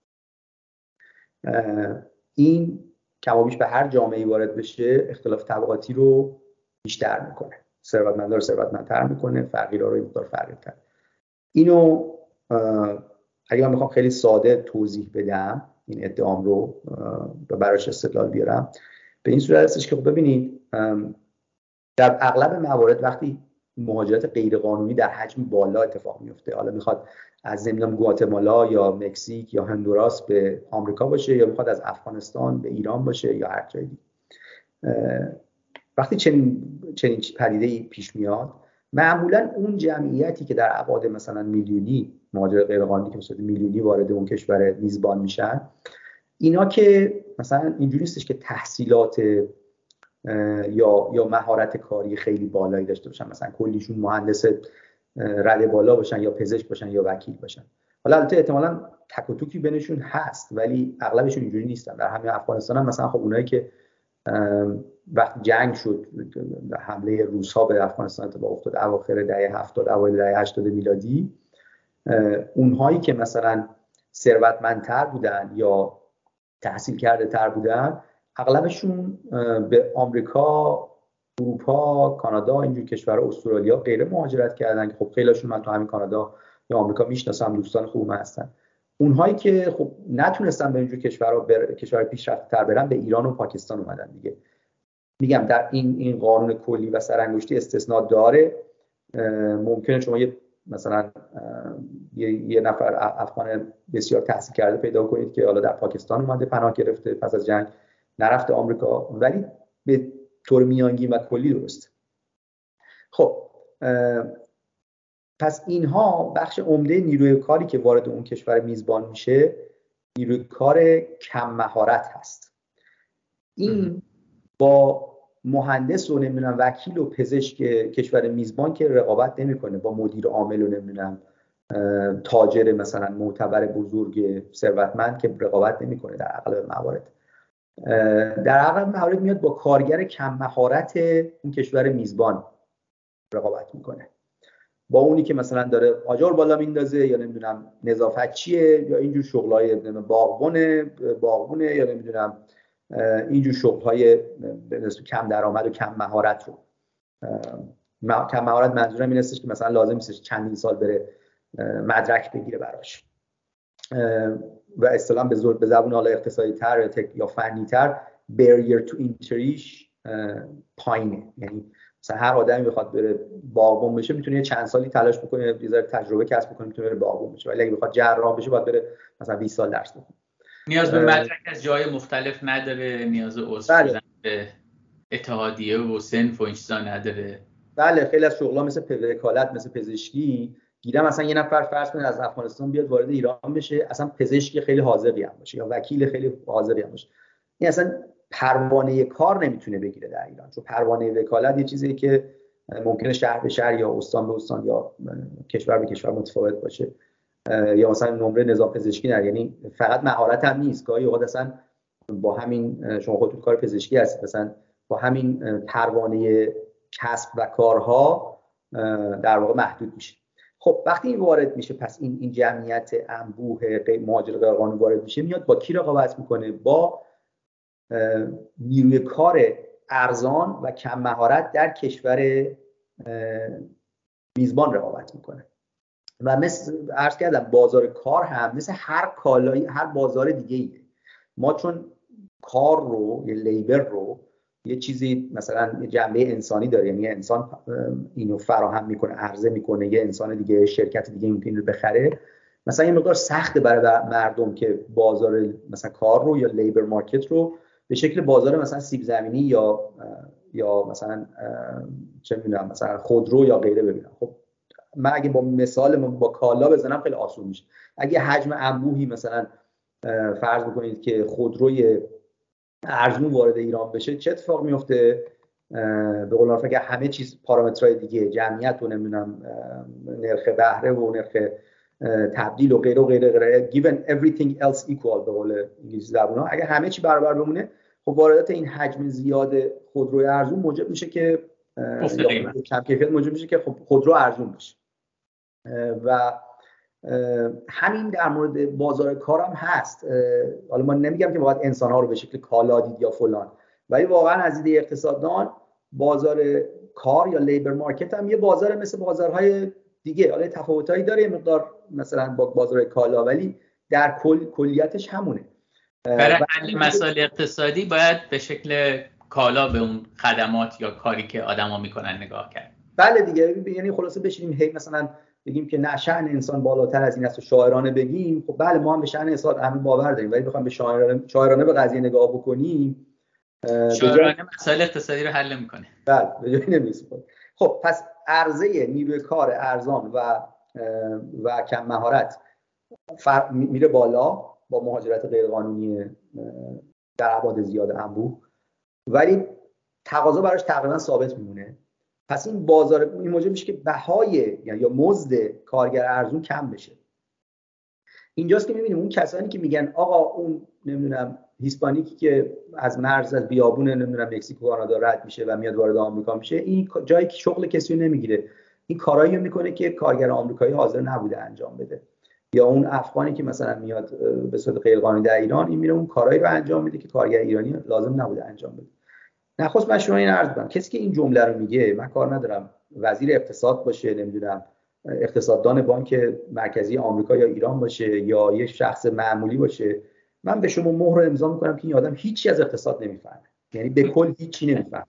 این کمابیش به هر جامعه‌ای وارد بشه اختلاف طبقاتی رو بیشتر میکنه، ثروتمندا رو ثروتمندتر میکنه، فقیرها رو مقدار فقیرتر. اینو اگه من بخوام خیلی ساده توضیح بدم این ادعام رو و براش استدلال بیارم، به این صورت هستش که خب ببینید در اغلب موارد وقتی مهاجرت غیرقانونی در حجم بالا اتفاق میفته، حالا میخواد از نمیدونم گواتمالا یا مکزیک یا هندوراس به آمریکا باشه یا میخواد از افغانستان به ایران باشه یا هر جایی، وقتی چنین پدیده‌ای پیش میاد معمولا اون جمعیتی که در ابعاد مثلا میلیونی مهاجر غیرقانونی که به صورت میلیونی وارد اون کشور میزبان میشن، اینا که مثلا اینجوری نیستش که تحصیلات یا مهارت کاری خیلی بالایی داشته باشن، مثلا کلیشون مهندس رده بالا باشن یا پزشک باشن یا وکیل باشن. حالا البته احتمالاً تک و توکی بینشون هست ولی اغلبشون اینجوری نیستن. در همین افغانستان هم مثلا خب اونایی که وقتی جنگ شد حمله روس‌ها به افغانستان اتفاق افتاد اواخر دهه 70 اوایل دهه 80 میلادی، اونهایی که مثلا ثروتمندتر بودن یا تحصیل کرده تر بودن اغلبشون به آمریکا، اروپا، کانادا، اینجور کشورها، استرالیا غیره مهاجرت کردن که خب خیلیشون من تو همین کانادا یا آمریکا میشناسم، دوستان خوبم هستن. اونهایی که خب نتونستن به اینجور کشورها کشور پیشرفته‌تر برن به ایران و پاکستان اومدن دیگه. میگم در این قانون کلی و سرانگشتی استثناء داره. ممکنه شما مثلا یه نفر افغان بسیار تحصیل کرده پیدا کنید که حالا در پاکستان اومده پناه گرفته پس از جنگ نرفته آمریکا، ولی به طور میانگین و کلی درسته. خب پس اینها بخش عمده نیروی کاری که وارد اون کشور میزبان میشه نیروی کار کم مهارت هست. این با مهندس و نمیدونم وکیل و پزشک کشور میزبان که رقابت نمیکنه، با مدیر عامل و نمیدونم تاجر مثلا معتبر بزرگ ثروتمند که رقابت نمیکنه در اغلب موارد. در اغلب موارد میاد با کارگر کم مهارت اون کشور میزبان رقابت میکنه، با اونی که مثلا داره آجر بالا میندازه یا نمیدونم نظافتچیه یا اینجور شغلای باغبونه یا نمیدونم اینجور شغل‌های به نسبت کم درآمد و کم مهارت رو. کم مهارت منظورم این هستش که مثلا لازم نیستش چندین سال بره مدرک بگیره براش و اصطلاحاً به زبون حالا اقتصادی تر یا فنی تر barrier to entryش پایینه، یعنی مثلا هر آدمی بخواد بره باغبون بشه میتونه یه چند سالی تلاش بکنه، یه ذره تجربه کسب بکنه میتونه بره باغبون بشه، ولی اگه بخواد جراح بشه باید بره مثلا 20 سال درس بخونه. نیاز به مدرک از جای مختلف نداره، نیاز به عضو شدن به اتحادیه و صنف و این چیزا نداره. بله خیلی از شغل‌ها مثل وکالت، مثل پزشکی گیرم مثلا یه نفر فرض کنید از افغانستان بیاد وارد ایران بشه، اصلا پزشکی خیلی حاضری هم باشه یا وکیل خیلی حاضری هم باشه، این اصلا پروانه کار نمیتونه بگیره در ایران، چون پروانه وکالت یه چیزیه که ممکنه شهر به شهر یا استان به استان یا کشور به کشور متفاوت باشه، یا مثلا نمره نظام پزشکی نه، یعنی فقط مهارت هم نیست، گاهی اوقات اصلا با همین شما خودتون کار پزشکی هستید مثلا با همین پروانه کسب و کارها در واقع محدود میشه. خب وقتی این وارد میشه، پس این جمعیت انبوه مهاجر غیرقانونی وارد میشه، میاد با کی رقابت میکنه؟ با نیروی کار ارزان و کم مهارت در کشور میزبان رقابت میکنه. و مثل عرض کردم بازار کار هم مثل هر کالایی، هر بازار دیگه ایه. ما چون کار رو یا لیبر رو یه چیزی مثلا یه جنبه انسانی داره، یعنی انسان اینو فراهم میکنه، عرضه میکنه، یه انسان دیگه، شرکت دیگه میتونه رو بخره، مثلا یه مقدار سخته برای مردم که بازار مثلا کار رو یا لیبر مارکت رو به شکل بازار مثلا سیب زمینی یا مثلا چه میدونم مثلا خودرو یا غیره ببینم. خب من اگه با مثال با کالا بزنم خیلی آسون میشه. اگه حجم انبوهی مثلا فرض بکنید که خودروی ارزون وارد ایران بشه، چه اتفاق میفته؟ به قول معروف اگه همه چیز پارامترهای دیگه، جمعیت و نمیدونم نرخ بهره و نرخ تبدیل و غیره و غیره given everything else equal به قول انگلیسی زبونا، اگه همه چی برابر بمونه، خب واردات این حجم زیاد خودروی ارزون موجب میشه که کم کیفیت موجب میشه که خب خودرو ارزون بشه. و همین در مورد بازار کار هم هست. حالا من نمیگم که باید انسان‌ها رو به شکل کالا دید یا فلان، ولی واقعا از دید اقتصاددان بازار کار یا لیبر مارکت هم یه بازار مثل بازارهای دیگه، حالا تفاوتایی داره مقدار مثلا با بازار کالا، ولی در کلیتش همونه. برای حل مسائل اقتصادی باید به شکل کالا به اون خدمات یا کاری که آدما میکنن نگاه کرد. بله دیگه، یعنی خلاصه بشینیم هی مثلا بگیم که نه شأن انسان بالاتر از این است و شاعرانه بگیم، خب بله ما هم به شأن انسان همین باور داریم، ولی بخوام به شاعرانه به قضیه نگاه بکنیم، شاعرانه مسائل اقتصادی رو حل میکنه. بله به جایی نمیرسه. خب پس عرضه نیروی کار ارزان و کم مهارت میره بالا با مهاجرت غیرقانونی در ابعاد زیاد انبوه، ولی تقاضا براش تقریبا ثابت میمونه. پس این بازار این موجب میشه که بهای یا مزد کارگر ارزون کم بشه. اینجاست که میبینیم اون کسانی که میگن آقا اون نمیدونم هیسپانیکی که از مرز از بیابون نمیدونم مکزیک و کانادا رد میشه و میاد وارد آمریکا میشه، این جایی که شغل کسی رو نمیگیره، این کارایی رو میکنه که کارگر آمریکایی حاضر نبوده انجام بده. یا اون افغانی که مثلا میاد به صورت غیرقانونی در ایران، این میره اون کارایی رو انجام میده که کارگر ایرانی لازم نبوده انجام بده. نخست من شما این عرض کنم، کسی که این جمله رو میگه، من کار ندارم وزیر اقتصاد باشه، نمیدونم اقتصاددان بانک مرکزی آمریکا یا ایران باشه یا یه شخص معمولی باشه، من به شما مهر رو امضا میکنم که این آدم هیچی از اقتصاد نمیفهمه، یعنی به کل هیچی نمیفهمه.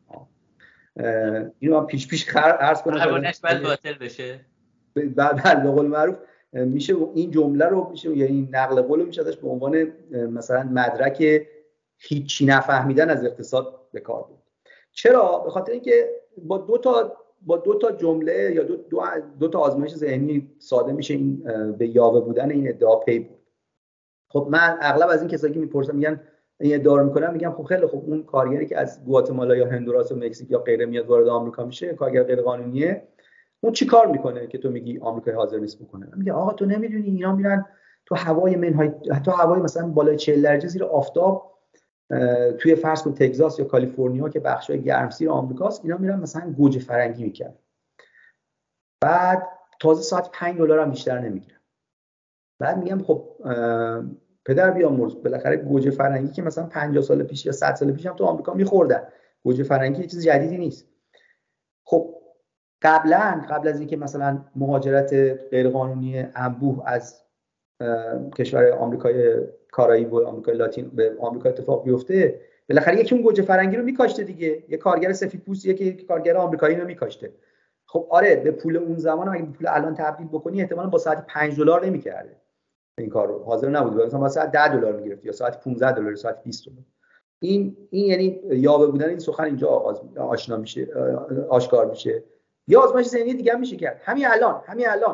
اینو من پیش عرض کنم زبانش باید باطل بشه. بعد به قول معروف میشه این جمله رو میشه، یعنی این نقل قول رو میشه ازش به عنوان مثلا مدرک هیچی نفهمیدن از اقتصاد به کار بود. چرا؟ به خاطر اینکه با دو تا جمله یا دو تا آزمایش ذهنی ساده میشه این به یاوه بودن این ادعا پی برد. خب من اغلب از این کسایی که میپرسم میگن این ادعا رو میکنن، میگم خب خیلی خوب، اون کارگری که از گواتمالا یا هندوراس و مکزیک یا غیره میاد وارد آمریکا میشه، کارگر غیر قانونیه، اون چی کار میکنه که تو میگی آمریکایی حاضر نیست بکنه؟ میگه آقا تو نمیدونی اینا میرن تو هوای منهای، حتی هوای مثلا بالای 40 درجه زیر آفتاب توی فرض کن تگزاس یا کالیفرنیا که بخشای گرمسیر آمریکاست، اینا میرن مثلا گوجه فرنگی میکنن، بعد تازه ساعت $5 هم بیشتر نمیگیرن. بعد میگم خب پدر بیامرز، بالاخره گوجه فرنگی که مثلا 50 سال پیش یا 100 سال پیش هم تو آمریکا میخوردن، گوجه فرنگی یه چیز جدیدی نیست. خب قبل از اینکه مثلا مهاجرت غیرقانونی انبوه از کشور آمریکای کارائیب و آمریکای لاتین به آمریکا اتفاق بیفته، بالاخره یکی اون گوجه فرنگی رو میکاشته دیگه، یه کارگر سفیدپوست، یکی کارگر آمریکایی رو میکاشته. خب آره به پول اون زمان اگه به پول الان تبدیل بکنی احتمالاً با ساعت $5 نمی‌کرده این کارو، حاضر نبود، مثلا با ساعت $10 میگرفت یا ساعت $15 ساعت $20. این یعنی یاوه بودن این سخن اینجا آشنا میشه، آشکار میشه. یا آزمایش ذهنی دیگه هم میشه کرد همین الان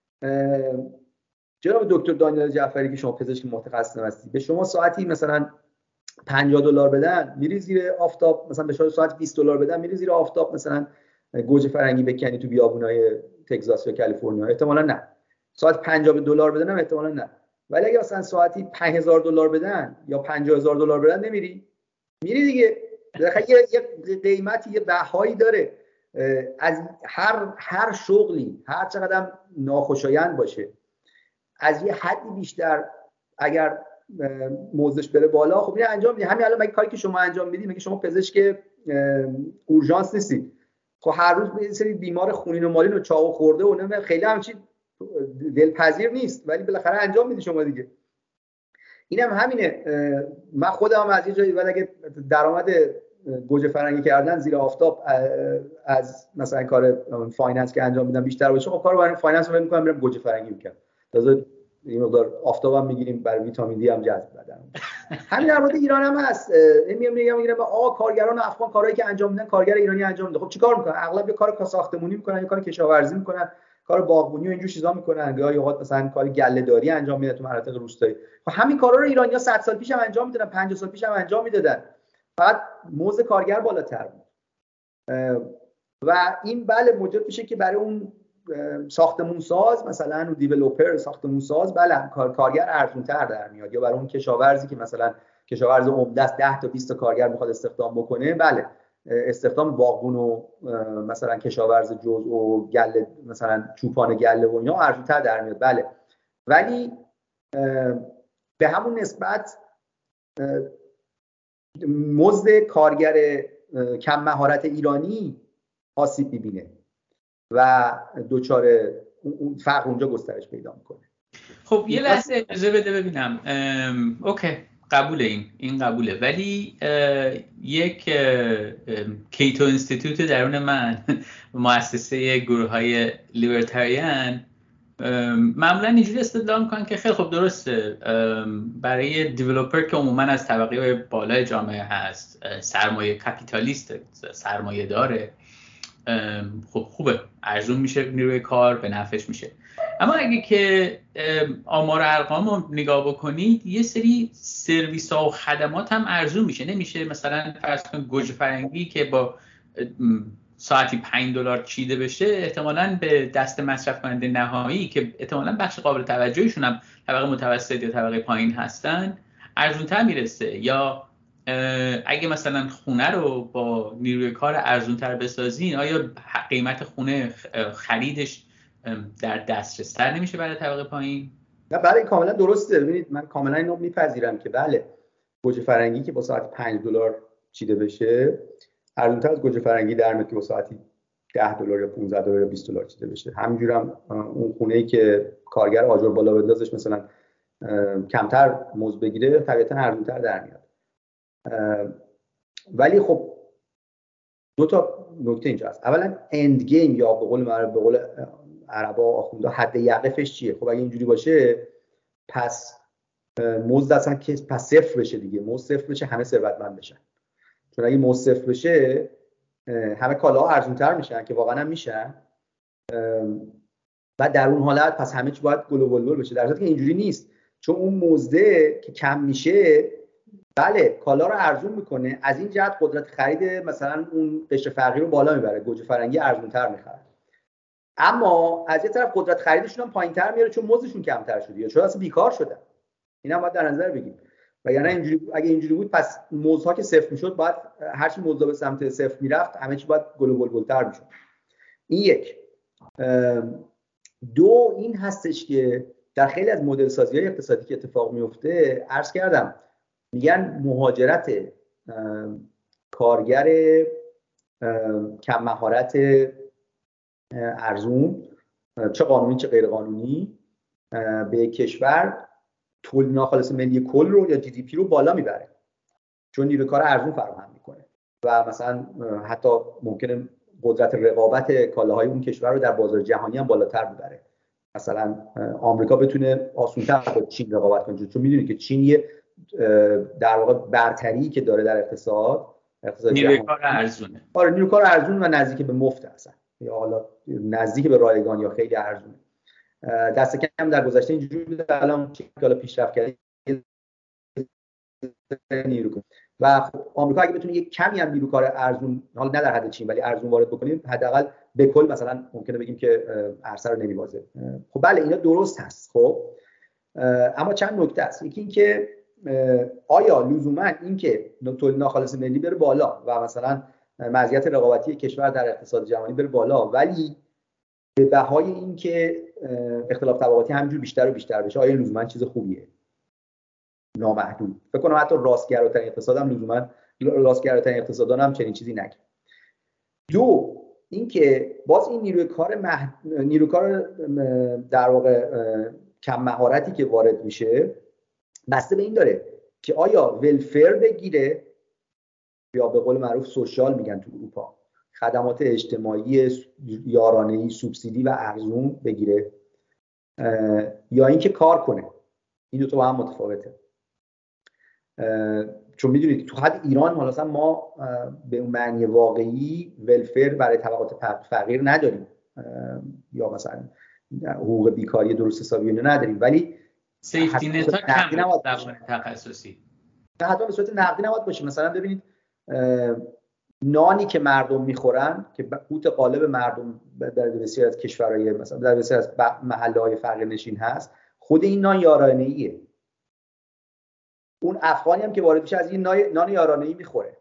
جناب دکتر دانیال جعفری که شما پزشک متخصص هستید، به شما ساعتی مثلا $50 بدن میری زیر آفتاب، مثلا به شما ساعت $20 بدن میری زیر آفتاب مثلا گوجه فرنگی بکنی تو بیابونای تگزاس یا کالیفرنیا؟ احتمالاً نه. ساعت $50 بدن احتمالاً نه. ولی اگه مثلا ساعتی $5000 بدن یا $50000 بدن نمیری؟ میری دیگه. بالاخره یه قیمتی، یه بهایی داره. از هر شغلی هر چقدر ناخوشایند باشه، از یه حدی بیشتر اگر موزش بره بالا، خب این انجام میدی. همین الان مگه کاری که شما انجام میدید، مگه شما پزشک اورژانس نیستید؟ خب هر روز یه سری بیمار خونین و مالین و چاقو خورده و نمیدونم خیلی همچین دلپذیر نیست، ولی بالاخره انجام میدی شما دیگه. اینم همینه. من خودم از یه جایی بعد اگه درآمد گوجه فرنگی کردن زیر آفتاب از مثلا کار فایننس که انجام میدم بیشتر باشه، خب کارو برای فایننس رو میکنم میرم گوجه فرنگی میکنم، تازه این مقدار آفتابم میگیریم برای ویتامین دی هم جذب بدن. همین در مورد ایران هم هست. میگم کارگران افغان کارهایی که انجام میدن کارگر ایرانی انجام میده. خب چیکار میکنن؟ اغلب یه کار ساختمانی میکنن، یه کار کشاورزی میکنن، کار باغبونی و اینجور چیزا میکنن، گاهی اوقات مثلا کار گله داری انجام میدن تو مناطق روستایی. خب همین کارا رو ایرانی‌ها 100 سال پیش هم انجام میدادن، 50 سال پیش هم انجام میدادن، فقط موز کارگر بالاتر بود. و این بله موجب میشه که برای اون ساختمون ساز مثلا اون دیولپر ساختمون ساز بله کارگر ارزان‌تر در میاد، یا برای اون کشاورزی که مثلا کشاورز عمده است 10 تا 20 تا کارگر میخواد استخدام بکنه، بله استخدام باغبون و مثلا کشاورز جزء و گله مثلا چوپان گله و اینا ارزان‌تر در میاد. بله ولی به همون نسبت مزد کارگر کم مهارت ایرانی آسیب می‌بینه و دوچار اون فقر اونجا گسترش پیدا میکنه. خب یه لحظه اجازه بده ببینم. اوکی قبوله، این قبوله، ولی یک کیتو اینستیتوت درون من مؤسسه گروه‌های لیبرتاریان معمولا اینجوری استدلال میکنن که خیلی خب درسته برای دیولپر که عموما از طبقه بالای جامعه هست، سرمایه کپیتالیست، سرمایه داره، خب خوبه، ارزون میشه نیروی کار، به نفعش میشه. اما اگه که آمار ارقام رو نگاه بکنید یه سری سرویس ها و خدمات هم ارزون میشه. نمیشه مثلا فرض کن گوجه فرنگی که با ساعتی $5 چیده بشه احتمالاً به دست مصرف کننده نهایی که احتمالاً بخش قابل توجهشون هم طبقه متوسط یا طبقه پایین هستن ارزونتر میرسه. یا اگه مثلا خونه رو با نیروی کار ارزونتر بسازین، آیا قیمت خونه خریدش در دسترس تر نمیشه برای طبقه پایین؟ نه بله کاملا درسته. ببینید من کاملا اینو میپذیرم که بله گوجه فرنگی که با ساعت $5 چیده بشه ارزونتر از گوجه فرنگی در میاد که با ساعتی $10 یا $15 یا $20 چیده بشه. همینجوری هم اون خونه‌ای که کارگر آجر بالا بندازش مثلا کمتر مزد بگیره طبیعتا ارزونتر در میاد. ولی خب دو تا نکته اینجا هست. اولا اند گیم یا به قول عربا آخوندا حد یقفش چیه؟ خب اگه اینجوری باشه پس مزد اصلا که پس صفر بشه دیگه. مزد صفر بشه همه ثروتمند بشن. چون اگه مزد صفر بشه همه کالاها ارزونتر میشن که واقعا هم میشن و در اون حالت پس همه چی باید گل و بلبل بشه، در صورتی که اینجوری نیست. چون اون مزده که کم میشه بله کالا رو ارزون میکنه، از این جهت قدرت خرید مثلا اون قشر فقیر رو بالا میبره، گوجه فرنگی ارزونتر میخره، اما از یه طرف قدرت خریدشون هم پایینتر میاره چون مزدشون کمتر شده یا چون اصلا بیکار شدن. اینا باید در نظر بگیم. وگرنه اینجوری اگه اینجوری بود پس مزدها که صفر میشد باید هر چی مزد به سمت صفر میرفت همه چی باید گل و بلبل‌تر میشد. این یک. دو این هستش که در خیلی از مدل سازی‌های اقتصادی که اتفاق میفته عرض کردم میگن مهاجرت کارگر کم مهارت ارزون چه قانونی چه غیر قانونی به کشور تولید ناخالص ملی کل رو یا جی دی پی رو بالا میبره. چون نیروی کار ارزون فراهم میکنه و مثلا حتی ممکنه قدرت رقابت کالاهای اون کشور رو در بازار جهانی هم بالاتر ببره. مثلا آمریکا بتونه آسان‌تر با چین رقابت کنه، چون میدونید که چین یه در واقع برتری که داره در اقتصاد نیروی کار ارزونه. آره نیروی کار ارزون و نزدیک به مفت هستن، یا حالا نزدیک به رایگان یا خیلی ارزونه. دست کم در گذشته اینجوری بود، الان چین که حالا پیشرفت کرده نیروی. و خب آمریکا اگه بتونه یک کمی هم نیروی کار ارزون، حالا نه در حد چین ولی ارزون وارد بکنیم، حداقل به کل مثلا ممکنه بگیم که عرصه رو نمی‌بازه. خب بله اینا درست هست. خب اما چند نکته است. یکی این که آیا لزوما این که تولید ناخالص ملی بره بالا و مثلا مزیت رقابتی کشور در اقتصاد جهانی بره بالا ولی به بهای این که اختلاف طبقاتی همینجور بیشتر و بیشتر بشه، آیا لزوما چیز خوبیه؟ نامحدود. فکر کنم حتی راستگراترین اقتصاد هم لزوما راستگراترین اقتصادان هم چنین چیزی نگه. دو اینکه باز این نیروی کار در واقع کم مهارتی که وارد میشه بسته به این داره که آیا ولفر بگیره یا به قول معروف سوشال میگن تو اروپا، خدمات اجتماعی یارانه‌ای سوبسیدی و ارزون بگیره، یا اینکه کار کنه. این دو تا با هم متفاوته. چون میدونید تو حد ایران مثلا ما به اون معنی واقعی ولفر برای طبقات فقیر نداریم، یا مثلا حقوق بیکاری درست حسابی نداریم، ولی سیفتی نت ها کم زبان تخصصی حتی به صورت نقدی نباید باشه. مثلا ببینید نانی که مردم میخورن که قوت قالب مردم در بسیار از کشورهای مثلا در بسیار از محله‌های فقیرنشین هست، خود این نان یارانه‌ایه. اون افغانی هم که وارد میشه از این نان یارانه‌ای میخوره.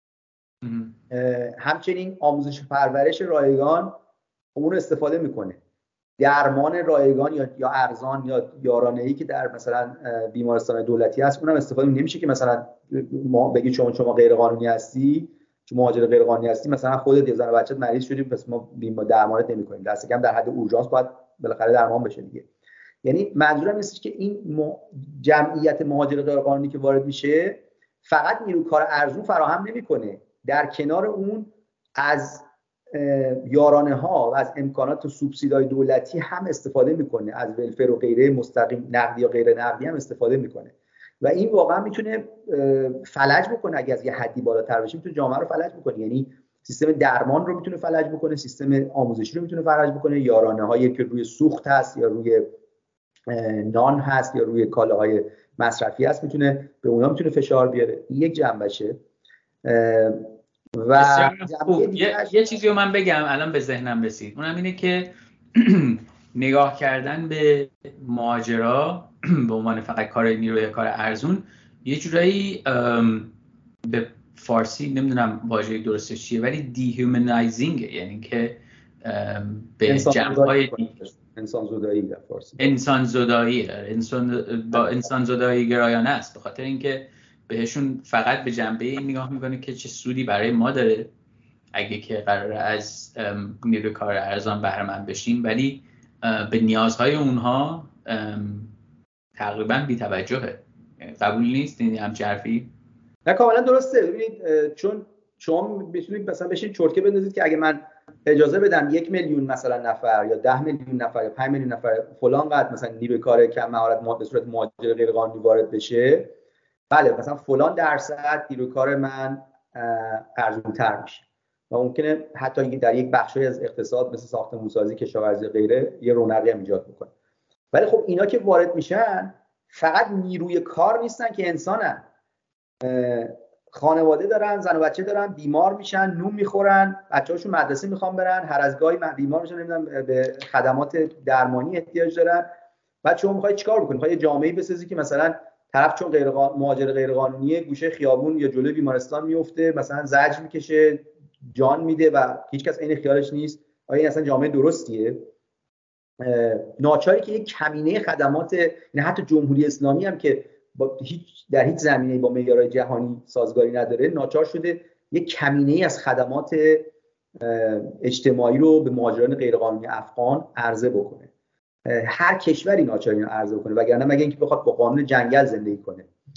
همچنین آموزش پرورش رایگان اون استفاده میکنه. درمان رایگان یا ارزان یا یارانه‌ای که در مثلا بیمارستان دولتی هست اونم استفاده نمیشه که مثلا ما بگی شما غیر قانونی هستی، چون مهاجر غیر قانونی هستی، مثلا خودت یا زن و بچت مریض شدی پس ما درمانت نمی‌کنیم. دست کم در حد اورژانس باید بالاخره درمان بشه دیگه. یعنی منظورم نیست که این جمعیت مهاجر غیر قانونی که وارد میشه فقط نیروی کار ارزون فراهم نمیکنه، در کنار اون از یارانه ها و از امکانات و سوبسیدهای دولتی هم استفاده میکنه، از ولفر و غیره مستقیم نقدی یا غیر نقدی هم استفاده میکنه و این واقعا میتونه فلج بکنه. اگه از یه حدی بالاتر بشه میتونه جامعه رو فلج بکنه. یعنی سیستم درمان رو میتونه فلج بکنه، سیستم آموزشی رو میتونه فلج بکنه، یارانه هایی که روی سوخت هست یا روی نان هست یا روی کالاهای مصرفی هست میتونه به اونها میتونه فشار بیاره. یک جنبشه. و یه چیزی رو من بگم الان به ذهنم رسید، اونم اینه که نگاه کردن به مهاجرا به عنوان فقط کار نیروی کار ارزون یه جورایی به فارسی نمیدونم واژه درستش چیه ولی دیهیومنایزینگ، یعنی که به جنبه‌های انسان زدایی در فارسی انسان زدایی با انسان زدایی گرایانه است، به خاطر اینکه بهشون فقط به جنبه این نگاه میکنه که چه سودی برای ما داره اگه که قراره از نیروی کار ارزان بهره مند بشیم، ولی به نیازهای اونها تقریبا بی‌توجهه. قبول نیست این همچین حرفی؟ نه کاملا درسته. ببینید چون شما میتونید مثلا بشین چرتکه بندازید که اگه من اجازه بدم 1 میلیون مثلا نفر یا 10 میلیون نفر یا 5 میلیون نفر فلان قد مثلا نیروی کار کم مهارت به صورت مهاجر غیر قانونی وارد بشه، بله مثلا فلان درصد نیروی کار من ارزان‌تر میشه و ممکنه حتی در یک بخشی از اقتصاد مثل ساختمان‌سازی، کشاورزی غیره یه رونقی هم ایجاد بکنه. ولی خب اینا که وارد میشن فقط نیروی کار نیستن که انسانن، خانواده دارن، زن و بچه دارن، بیمار میشن، نون میخورن، بچه‌هاشون مدرسه میخوان برن، هر از گاهی بیمار میشن، نمیدونم به خدمات درمانی احتیاج دارن. بعد شما میخواید چیکار بکنید؟ میخواید یه جامعه‌ای بسازی که مثلا طرف چون مهاجر غیر قانونیه گوشه خیابون یا جلوی بیمارستان میفته، مثلا زجر میکشه، جان میده و هیچ کس عین خیالش نیست. آیا این اصلا جامعه درستیه؟ ناچاری که یک کمینه خدمات، یعنی حتی جمهوری اسلامی هم که در هیچ زمینه‌ای با معیارهای جهانی سازگاری نداره، ناچار شده یک کمینه‌ای از خدمات اجتماعی رو به مهاجران غیرقانونی افغان عرضه بکنه. هر کشوری ناچار اینو عرضه بکنه، وگرنه مگه اینکه بخواد با قانون جنگل زندگی کنه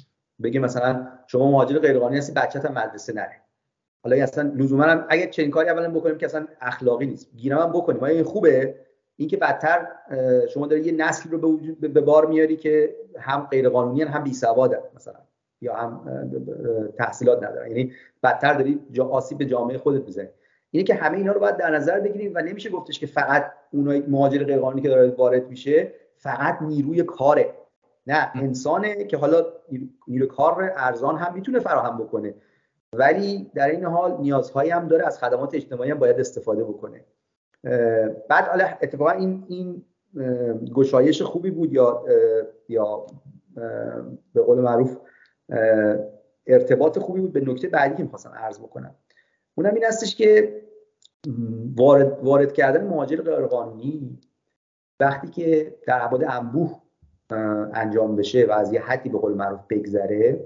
بگه مثلا شما مهاجر غیرقانونی هستی، بچه‌ت هم مدرسه نره. حالا اصلا لزوما هم اگه چنین کاری اولا بکنیم که اصلا اخلاقی نیست، گیرم هم بکنیم، این خوبه. این که بدتر شما داری یه نسل رو به بار میاری که هم غیرقانونی هم بی سوادن مثلا، یا هم تحصیلات ندارن، یعنی بدتر داری آسیب به جامعه خودت میزنی. اینه که همه اینا رو باید در نظر بگیریم و نمیشه گفتش که فقط اونای مهاجر غیرقانونی که داره وارد میشه فقط نیروی کاره. نه، انسانه که حالا نیروی کار ارزان هم میتونه فراهم بکنه، ولی در این حال نیازهایی هم داره، از خدمات اجتماعی هم باید استفاده بکنه. بعد حالا اتفاقا این گشایش خوبی بود یا به قول معروف ارتباط خوبی بود به نکته بعدی که می‌خواستم عرض بکنم. اونم این هستش که وارد کردن مهاجر غیرقانونی وقتی که در ابعاد انبوه انجام بشه و از یه حدی به قول معروف بگذره،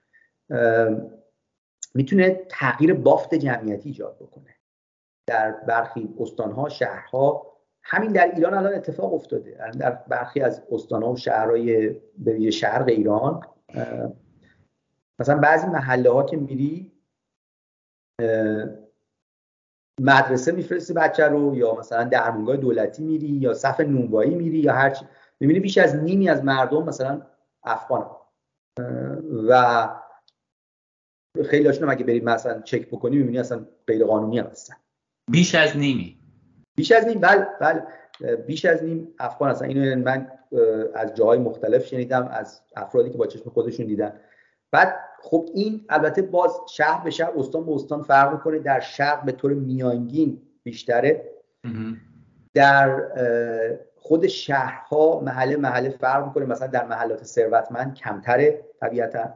میتونه تغییر بافت جمعیتی ایجاد بکنه. در برخی استان‌ها، شهرها، همین در ایران الان اتفاق افتاده. در برخی از استان‌ها و شهرهای به ویژه شرق ایران، مثلا بعضی محله‌ها که میری مدرسه میفرستی بچه رو، یا مثلا درمانگاه دولتی میری، یا صف نونوایی میری، یا هر چی، میبینی بیش از نیمی از مردم مثلا افغانه و خیلی هاشون اگه برید مثلا چک بکنی میبینی اصلا غیر قانونی هستن. بیش از نیم بله بیش از نیم افغان هستن. اینو من از جاهای مختلف شنیدم، از افرادی که با چشم خودشون دیدن. بعد خب این البته باز شهر به شهر، استان به استان فرق میکنه. در شرق به طور میانگین بیشتره، در خود شهرها محله فرق میکنه. مثلا در محلات ثروتمند کمتره طبیعتا.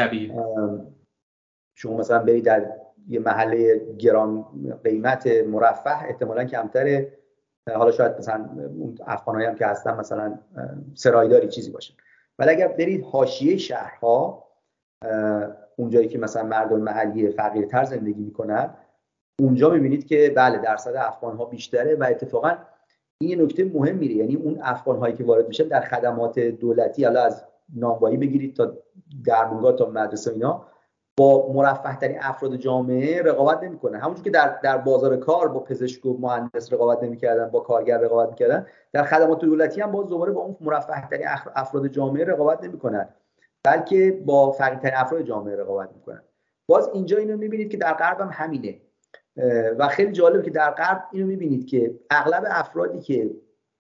شما مثلا برید در یه محله گران قیمت مرفه احتمالاً کمتره. حالا شاید مثلا اون افغانایی هم که هستن مثلا سرایداری چیزی باشه. ولی اگر برید حاشیه شهرها، اونجایی که مثلا مردم محلی فقیرتر زندگی میکنن، اونجا میبینید که بله درصد افغان‌ها بیشتره. و اتفاقا این یه نکته مهم میره، یعنی اون افغان‌هایی که وارد میشن در خدمات دولتی، حالا از نانوایی بگیرید تا درمانگاه تا مدرسه، اینا با مرفه‌ترین افراد جامعه رقابت نمی‌کنه. همونجور که در بازار کار با پزشک و مهندس رقابت نمی‌کردن، با کارگر رقابت می‌کردن، در خدمات دولتی هم باز دوباره با اون مرفه‌ترین افراد جامعه رقابت نمی‌کنن، بلکه با فقیرترین افراد جامعه رقابت می‌کنن. باز اینجا اینو می‌بینید که در غرب هم همینه. و خیلی جالبه که در غرب اینو می‌بینید که اغلب افرادی که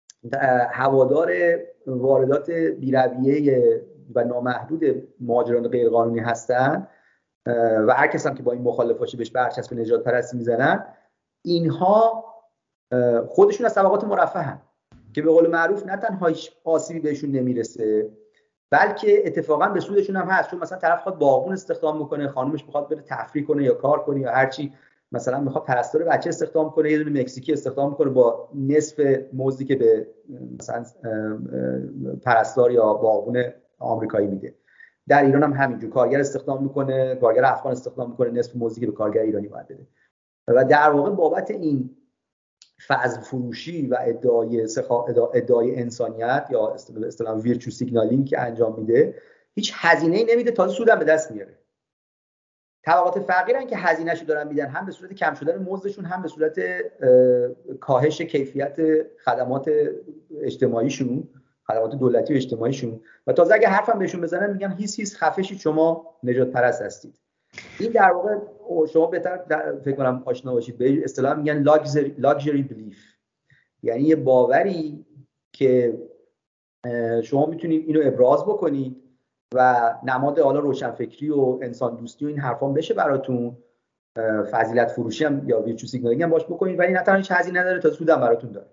هوادار واردات بی‌رویه و نامحدود مهاجران غیرقانونی هستن و هر کس هم که با این مخالف باشه بهش برچسب نجات پرستی میزنن، اینها خودشون از طبقات مرفهن که به قول معروف نه تنها هیچ آسیبی بهشون نمیرسه، بلکه اتفاقا به سودشون هم هست. چون مثلا طرف خواهد باغبون استخدام میکنه، خانومش میخواد بره تفریح کنه یا کار کنه یا هر چی، مثلا میخواد پرستار بچه استخدام کنه، یه دونه مکزیکی استخدام کنه با نصف مزدی که به مثلا پرستار یا باغبون آمریکایی میده. در ایران هم همینجور کارگر استخدام میکنه، کارگر افغان استخدام میکنه، نصف مزدی که به کارگر ایرانی باید بده. و در واقع بابت این فضل فروشی و ادعای انسانیت یا اصطلاحاً ویرچو سیگنالینگ که انجام میده، هیچ هزینه‌ای نمیده، تازه سود هم به دست میاره. طبقات فقیرن که هزینه‌شو دارن میدن، هم به صورت کم شدن مزدشون، هم به صورت کاهش کیفیت خدمات اجتماعیشون، خدمات دولتی و اجتماعیشون. و تازه اگه حرفم بهشون بزنن میگن هیس خفه شید، شما نجات پرست هستید. این در واقع شما بهتر فکر کنم آشنا باشید به اصطلاح میگن لاکچری بلیف، یعنی یه باوری که شما میتونید اینو ابراز بکنید و نماد حالا روشنفکری و انسان دوستی و این حرفا بشه براتون، فضیلت فروشی هم یا ویرچو سیگنالینگ هم باش بکنید، ولی نه تنها هیچ هزینه نداره تا سود هم براتون داره.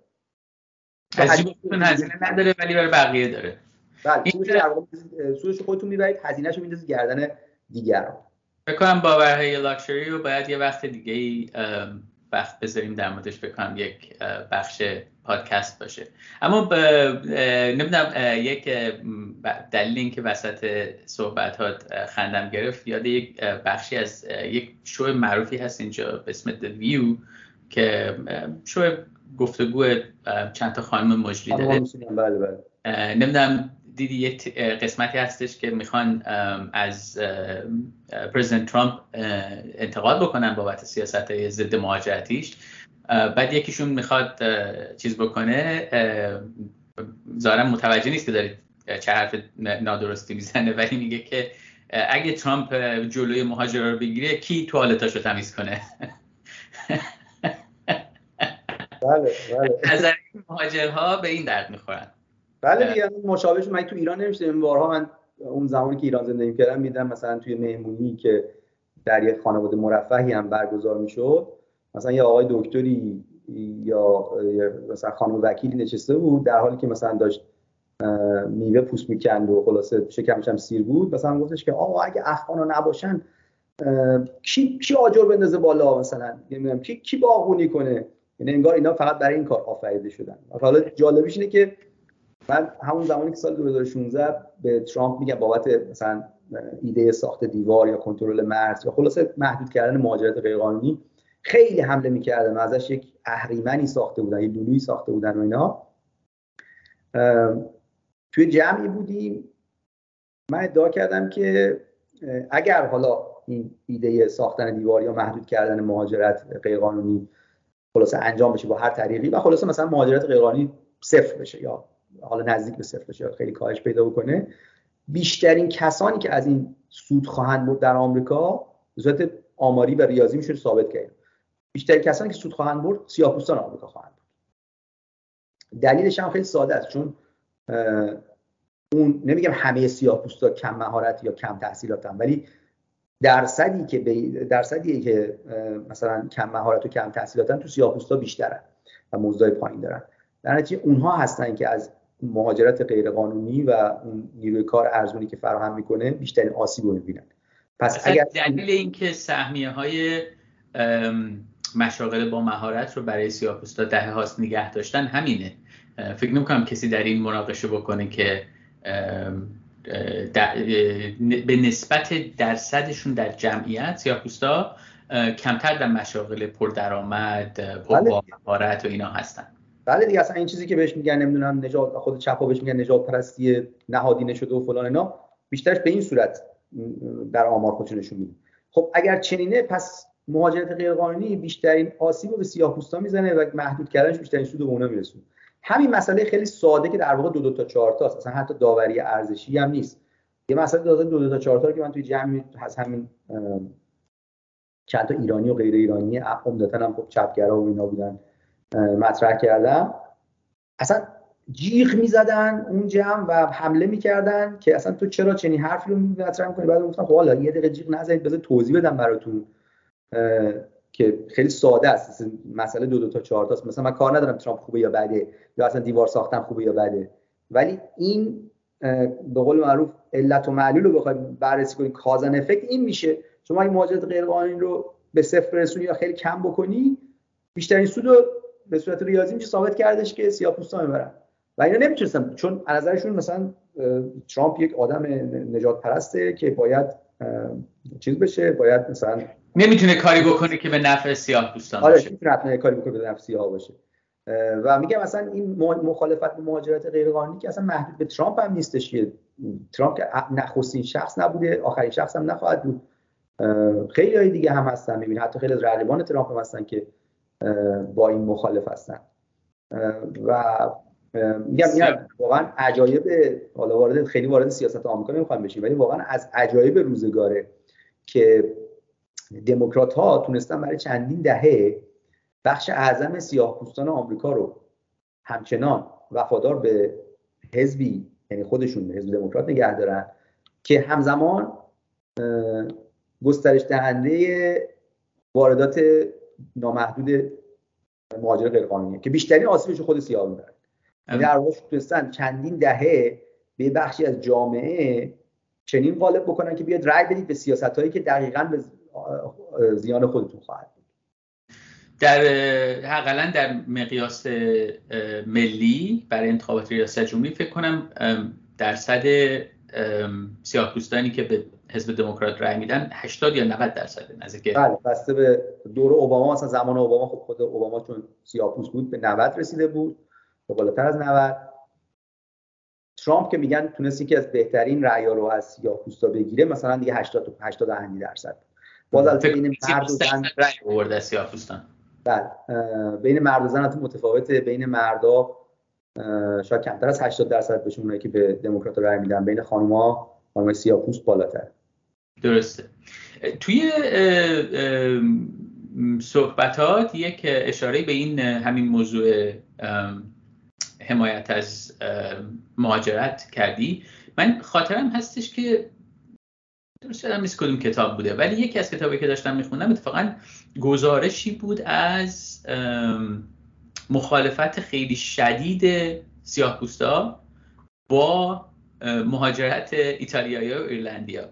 هزینه نداره ولی برای بقیه داره. بله، سودش خودتون میبرید، هزینه‌شو میندازید گردن دیگران. فکر کنم باورهای لاکچری رو باید یه وقت دیگه وقت بذاریم در موردش، فکر کنم یک بخش پادکست باشه. اما نمیدونم یک دلیل این که وسط صحبتات خندم گرفت، یاد یک بخشی از یک شو معروفی هست اینجا به اسم The View که شو گفتگو چند تا خانم مجری داره. بله. نمیدونم دیدی یه قسمتی هستش که میخوان از پرزیدنت ترامپ انتقاد بکنن بابت سیاست‌های ضد مهاجرتیش، بعد یکیشون میخواد چیز بکنه، ظاهرا متوجه نیست که داره چه حرف نادرستی میزنه، ولی میگه که اگه ترامپ جلوی مهاجرا رو بگیره کی توالتاشو تمیز کنه؟ بله. نظر مهاجرها به این درد میخورن. بله دیگه، مشابهش من تو ایران نمیشه. این بارها من اون زمانی که ایران زندگی کردم میدم مثلا توی مهمونی که در یک خانواده مرفهی هم برگزار میشد، مثلا یه آقای دکتری یا مثلا خانم وکیلی نشسته بود در حالی که مثلا داشت میوه پوست میکند و خلاصه شکمش هم سیر بود، مثلا گفتش که آقا اگه افغانا نباشن کی آجر بندازه بالا، مثلا نمیدونم کی باغبونی کنه. یعنی انگار اینا فقط برای این کار آفریده شدن. حالا جالبیش اینه که من همون زمانی که سال 2016 به ترامپ میگم بابت مثلا ایده ساخت دیوار یا کنترل مرز یا خلاصه محدود کردن مهاجرت غیرقانونی خیلی حمله میکردن، ازش یک اهریمنی ساخته بودن، یک لولویی ساخته بودن و اینا. توی جمعی بودیم، من ادعا کردم که اگر حالا این ایده ساختن دیوار یا محدود کردن مهاجرت غیرقانونی خلاصه انجام بشه با هر طریقی و خلاصه مثلا مهاجرت غیرقانونی صفر بشه یا حالا نزدیک به صفر بشه یا خیلی کاهش پیدا بکنه، بیشترین کسانی که از این سود خواهند برد در آمریکا به صورت آماری و ریاضی میشه ثابت کرد، بیشترین کسانی که سود خواهند برد سیاه‌پوستان آمریکا خواهند بود. دلیلش هم خیلی ساده است، چون اون نمیگم همه سیاه‌پوستا کم مهارت یا کم تحصیلاتن، ولی درصدی که مثلا کم مهارت و کم تحصیلاتن تو سیاه‌پوستا بیشترن و مزدای پایین دارن. در نتیجه اونها هستن که از مهاجرت غیرقانونی و اون نیروی کار ارزونی که فراهم میکنه بیشترین آسیب رو میبینن. پس اگر دلیل اینکه سهمیه‌های مشاغل با مهارت رو برای سیاه‌پوستا دهه هاست نگه داشتن همینه. فکر نمی‌کنم کسی در این مناقشه بکنه که به نسبت درصدشون در جمعیت سیاه‌پوستا کمتر در مشاغل پردرآمد، با مهارت و اینا هستن. بله دیگه، اصلا این چیزی که بهش میگن نمیدونم نژاد، خود چپا بهش میگن نژاد پرستی نهادینه شده و فلان اینا، بیشترش به این صورت در آمار خودشون نشون میده. خب اگر چنینه پس مهاجرت غیرقانونی بیشترین آسیب رو به سیاه‌پوستا میزنه و محدود کردنش بیشترین سود به اونها میرسونه. همین مسئله خیلی ساده که در واقع 2 تا 4 تاست، اصلا حتی داوری ارزشی هم نیست. یه مسئله 2 تا 4 تا که من توی جمع از همین چند تا ایرانی و غیر ایرانی عمدتاً هم خب چپگرا و اینا بودن مطرح کردم، اصلا جیغ میزدن اون جمع و حمله میکردن که اصلا تو چرا چنین حرفی رو مطرح میکنی. بعد گفتم خب حالا یه دقیقه جیغ نزنید بذار توضیح بدم براتون که خیلی ساده است. مسئله 2 تا 4 تاست. مثلا من کار ندارم ترامپ خوبه یا بده یا اصلا دیوار ساختن خوبه یا بده، ولی این به قول معروف علت و معلول رو بخوای بررسی کنی، کازن افکت این میشه شما این مهاجرت غیرقانونی رو به صفر رسونی یا خیلی کم بکنی، بیشترین سود رو به صورت ریاضی میشه ثابت کردش که سیاه‌پوستا میبرن. و اینا نمیتونستن، چون از نظرشون مثلا ترامپ یک آدم نژاد پرسته که باید چیز بشه، باید مثلا نمیتونه کاری بکنه که به نفع سیاه‌پوستان باشه. آره نمیتونه کاری بکنه به نفع سیاها باشه. و میگم مثلا این مخالفت به مهاجرت غیرقانونی که اصلا محدود به ترامپ هم نیستش، که ترامپ که نخستین شخص نبوده، آخرین شخص هم نخواهد بود. خیلی های دیگه هم هستن، میبینید حتی خیلی از رقیبان ترامپ هم هستن که با این مخالف هستن. و میگم این واقعا عجایب، حالا خیلی وارد سیاست آمریکا نمیخوام بشیم، ولی واقعا از عجایب روزگاره که دموکرات‌ها تونستن برای چندین دهه بخش اعظم سیاه‌پوستان آمریکا رو همچنان وفادار به حزبی، یعنی خودشون حزب دموکرات نگه دارن که همزمان گسترش دهنده واردات نامحدود مهاجر غیرقانونیه که بیشترین آسیبش خود سیاها میبرن. یعنی در واقع تونستن چندین دهه به بخشی از جامعه چنین غالب بکنن که بیاد رأی بدید به سیاستایی که دقیقاً به زیان خودتون خواهد بود. در حداقل در مقیاس ملی برای انتخابات ریاست جمهوری فکر کنم درصد سیاه‌پوستانی که به حزب دموکرات رأی میدن 80 یا 90% نزدیک. بله، بسته به دور اوباما، مثلا زمان اوباما خب خود اوباما چون سیاه‌پوست بود به 90 رسیده بود، به بالاتر از 90. ترامپ که میگن تونست یکی از بهترین رأی‌ها رو از سیاه‌پوستا بگیره، مثلا دیگه 80% باز البته بین مرد و زن رأی آورده سیاه‌پوستان. بله بین مرد و زن البته متفاوته. بین مردا شاید کمتر از 80% بهشون، اونایی که به دموکرات رأی میدن. بین خانم‌ها سیاه‌پوست بالاتر. درسته. توی صحبتات یک اشاره به این همین موضوع حمایت از مهاجرت کردی. من خاطرم هستش که درست یادم نیست کدوم کتاب بوده، ولی یکی از کتابی که داشتم میخوندم اتفاقا گزارشی بود از مخالفت خیلی شدید سیاه‌پوستا با مهاجرت ایتالیایی و ایرلندیا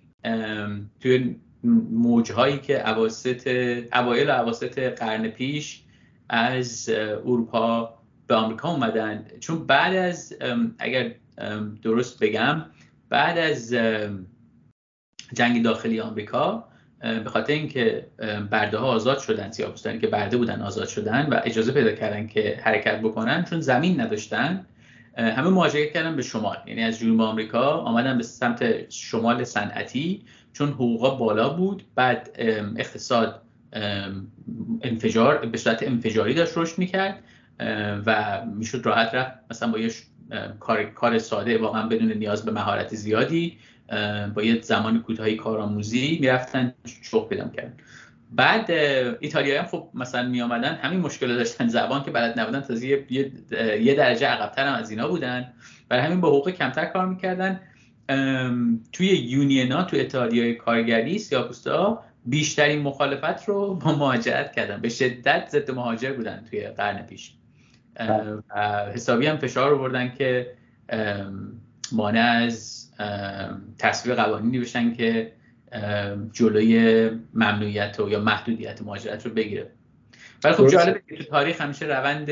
توی موجهایی که اوایل و اواسط قرن پیش از اروپا به آمریکا اومدن. چون بعد از اگر درست بگم بعد از جنگ داخلی آمریکا، به خاطر اینکه برده ها آزاد شدن، سیاه‌پوستانی که برده بودن آزاد شدن و اجازه پیدا کردن که حرکت بکنن، چون زمین نداشتن همه مهاجرت کردن به شمال، یعنی از جنوب آمریکا آمدن به سمت شمال صنعتی، چون حقوقا بالا بود. بعد اقتصاد انفجار به صورت انفجاری داشت رشد میکرد و میشد راحت رفت مثلا با یه کار ساده، واقعا بدون نیاز به مهارت زیادی، با یه زمان کوتاهی کارآموزی میرفتن شغل پیدا کردن. بعد ایتالیایی هم خب مثلا می آمدن همین مشکل داشتن، زبان که بلد نبودن، تازه یه درجه عقب‌تر هم از اینا بودن، برای همین با حقوق کمتر کار میکردن. توی یونینا، توی اتحادیه‌های کارگری، سیاه‌پوستا بیشترین مخالفت رو با مهاجرت کردن، به شدت ضد مهاجر بودن توی قرن پیش. حسابی هم فشار آوردن که مانع از تصویب قوانینی بشن که جلوی ممنوعیت یا محدودیت مهاجرت رو بگیره. ولی خب جالبه که تو تاریخ همیشه روند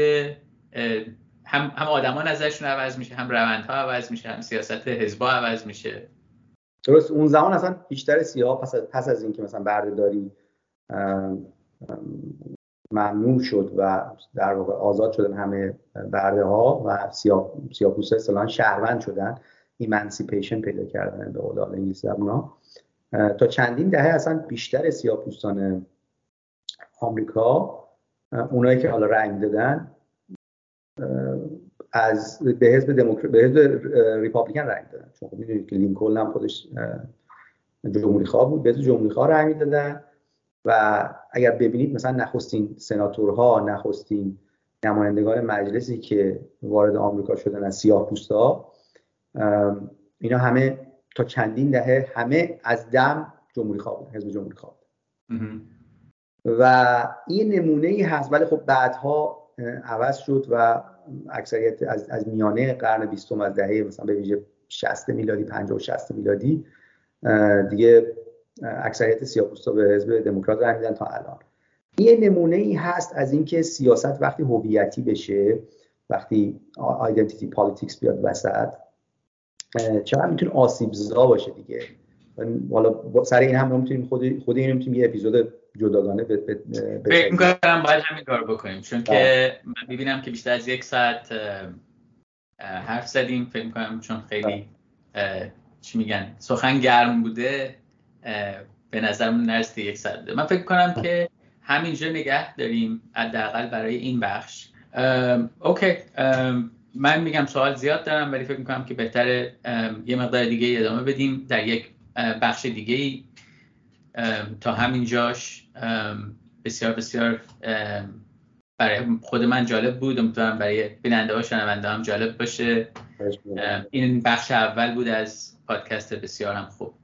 هم آدما نظرشون عوض میشه، هم روندها عوض میشه، هم سیاست حزب‌ها عوض میشه. درست. اون زمان اصلا بیشتر سیاها پس از اینکه مثلا بردهداری ممنوع شد و در واقع آزاد شدن همه برده ها و سیاه‌پوستا اصطلاحاً شهروند شدن، ایمانسیپیشن پیدا کردن به قول انگلیسی زبونا، تا چندین دهه اصلا بیشتر سیاه‌پوستان آمریکا، اونایی که حالا رأی میدادن، از به حزب ریپابلیکن رأی میدادن. چون خب میدونید که لینکلن هم خودش جمهوری‌خواه بود، به حزب جمهوری‌خواه رأی میدادن. و اگر ببینید مثلا نخستین سناتورها، نخستین نمایندگان مجلسی که وارد آمریکا شدن از سیاه‌پوستا، اینا همه تا چندین دهه همه از دم جمهوری‌خواه بود، حزب جمهوری‌خواه. و این نمونه‌ای هست، ولی خب بعدها عوض شد و اکثریت از میانه قرن 20 از دهه مثلا به ویژه 60 میلادی، 50 و 60 میلادی دیگه اکثریت سیاه‌پوستا به حزب دموکرات رای میدن تا الان. این نمونه‌ای هست از اینکه سیاست وقتی هویتی بشه، وقتی آیدنتیتی پالیتیکس بیاد وسط، چقدر میتونه آسیب‌زا باشه دیگه. حالا سر این هم میتونیم خود اینو میتونیم یه اپیزود جداگانه فکر می‌کنم باید همین کار بکنیم، چون که من می‌بینم که بیشتر از یک ساعت حرف زدیم. فکر می‌کنم چون خیلی چی میگن سخن گرم بوده، به نظرم نرسید یک ساعت بوده. من فکر می‌کنم که همینجا نگه داریم حداقل برای این بخش. اوکی. من میگم سوال زیاد دارم، ولی فکر می‌کنم که بهتره یه مقدار دیگه ادامه بدیم در یک بخش دیگه. تا همینجاش بسیار بسیار برای خود من جالب بود، امیدوارم برای بیننده ها شنونده هم جالب باشه. این بخش اول بود از پادکست بسیار هم خوب.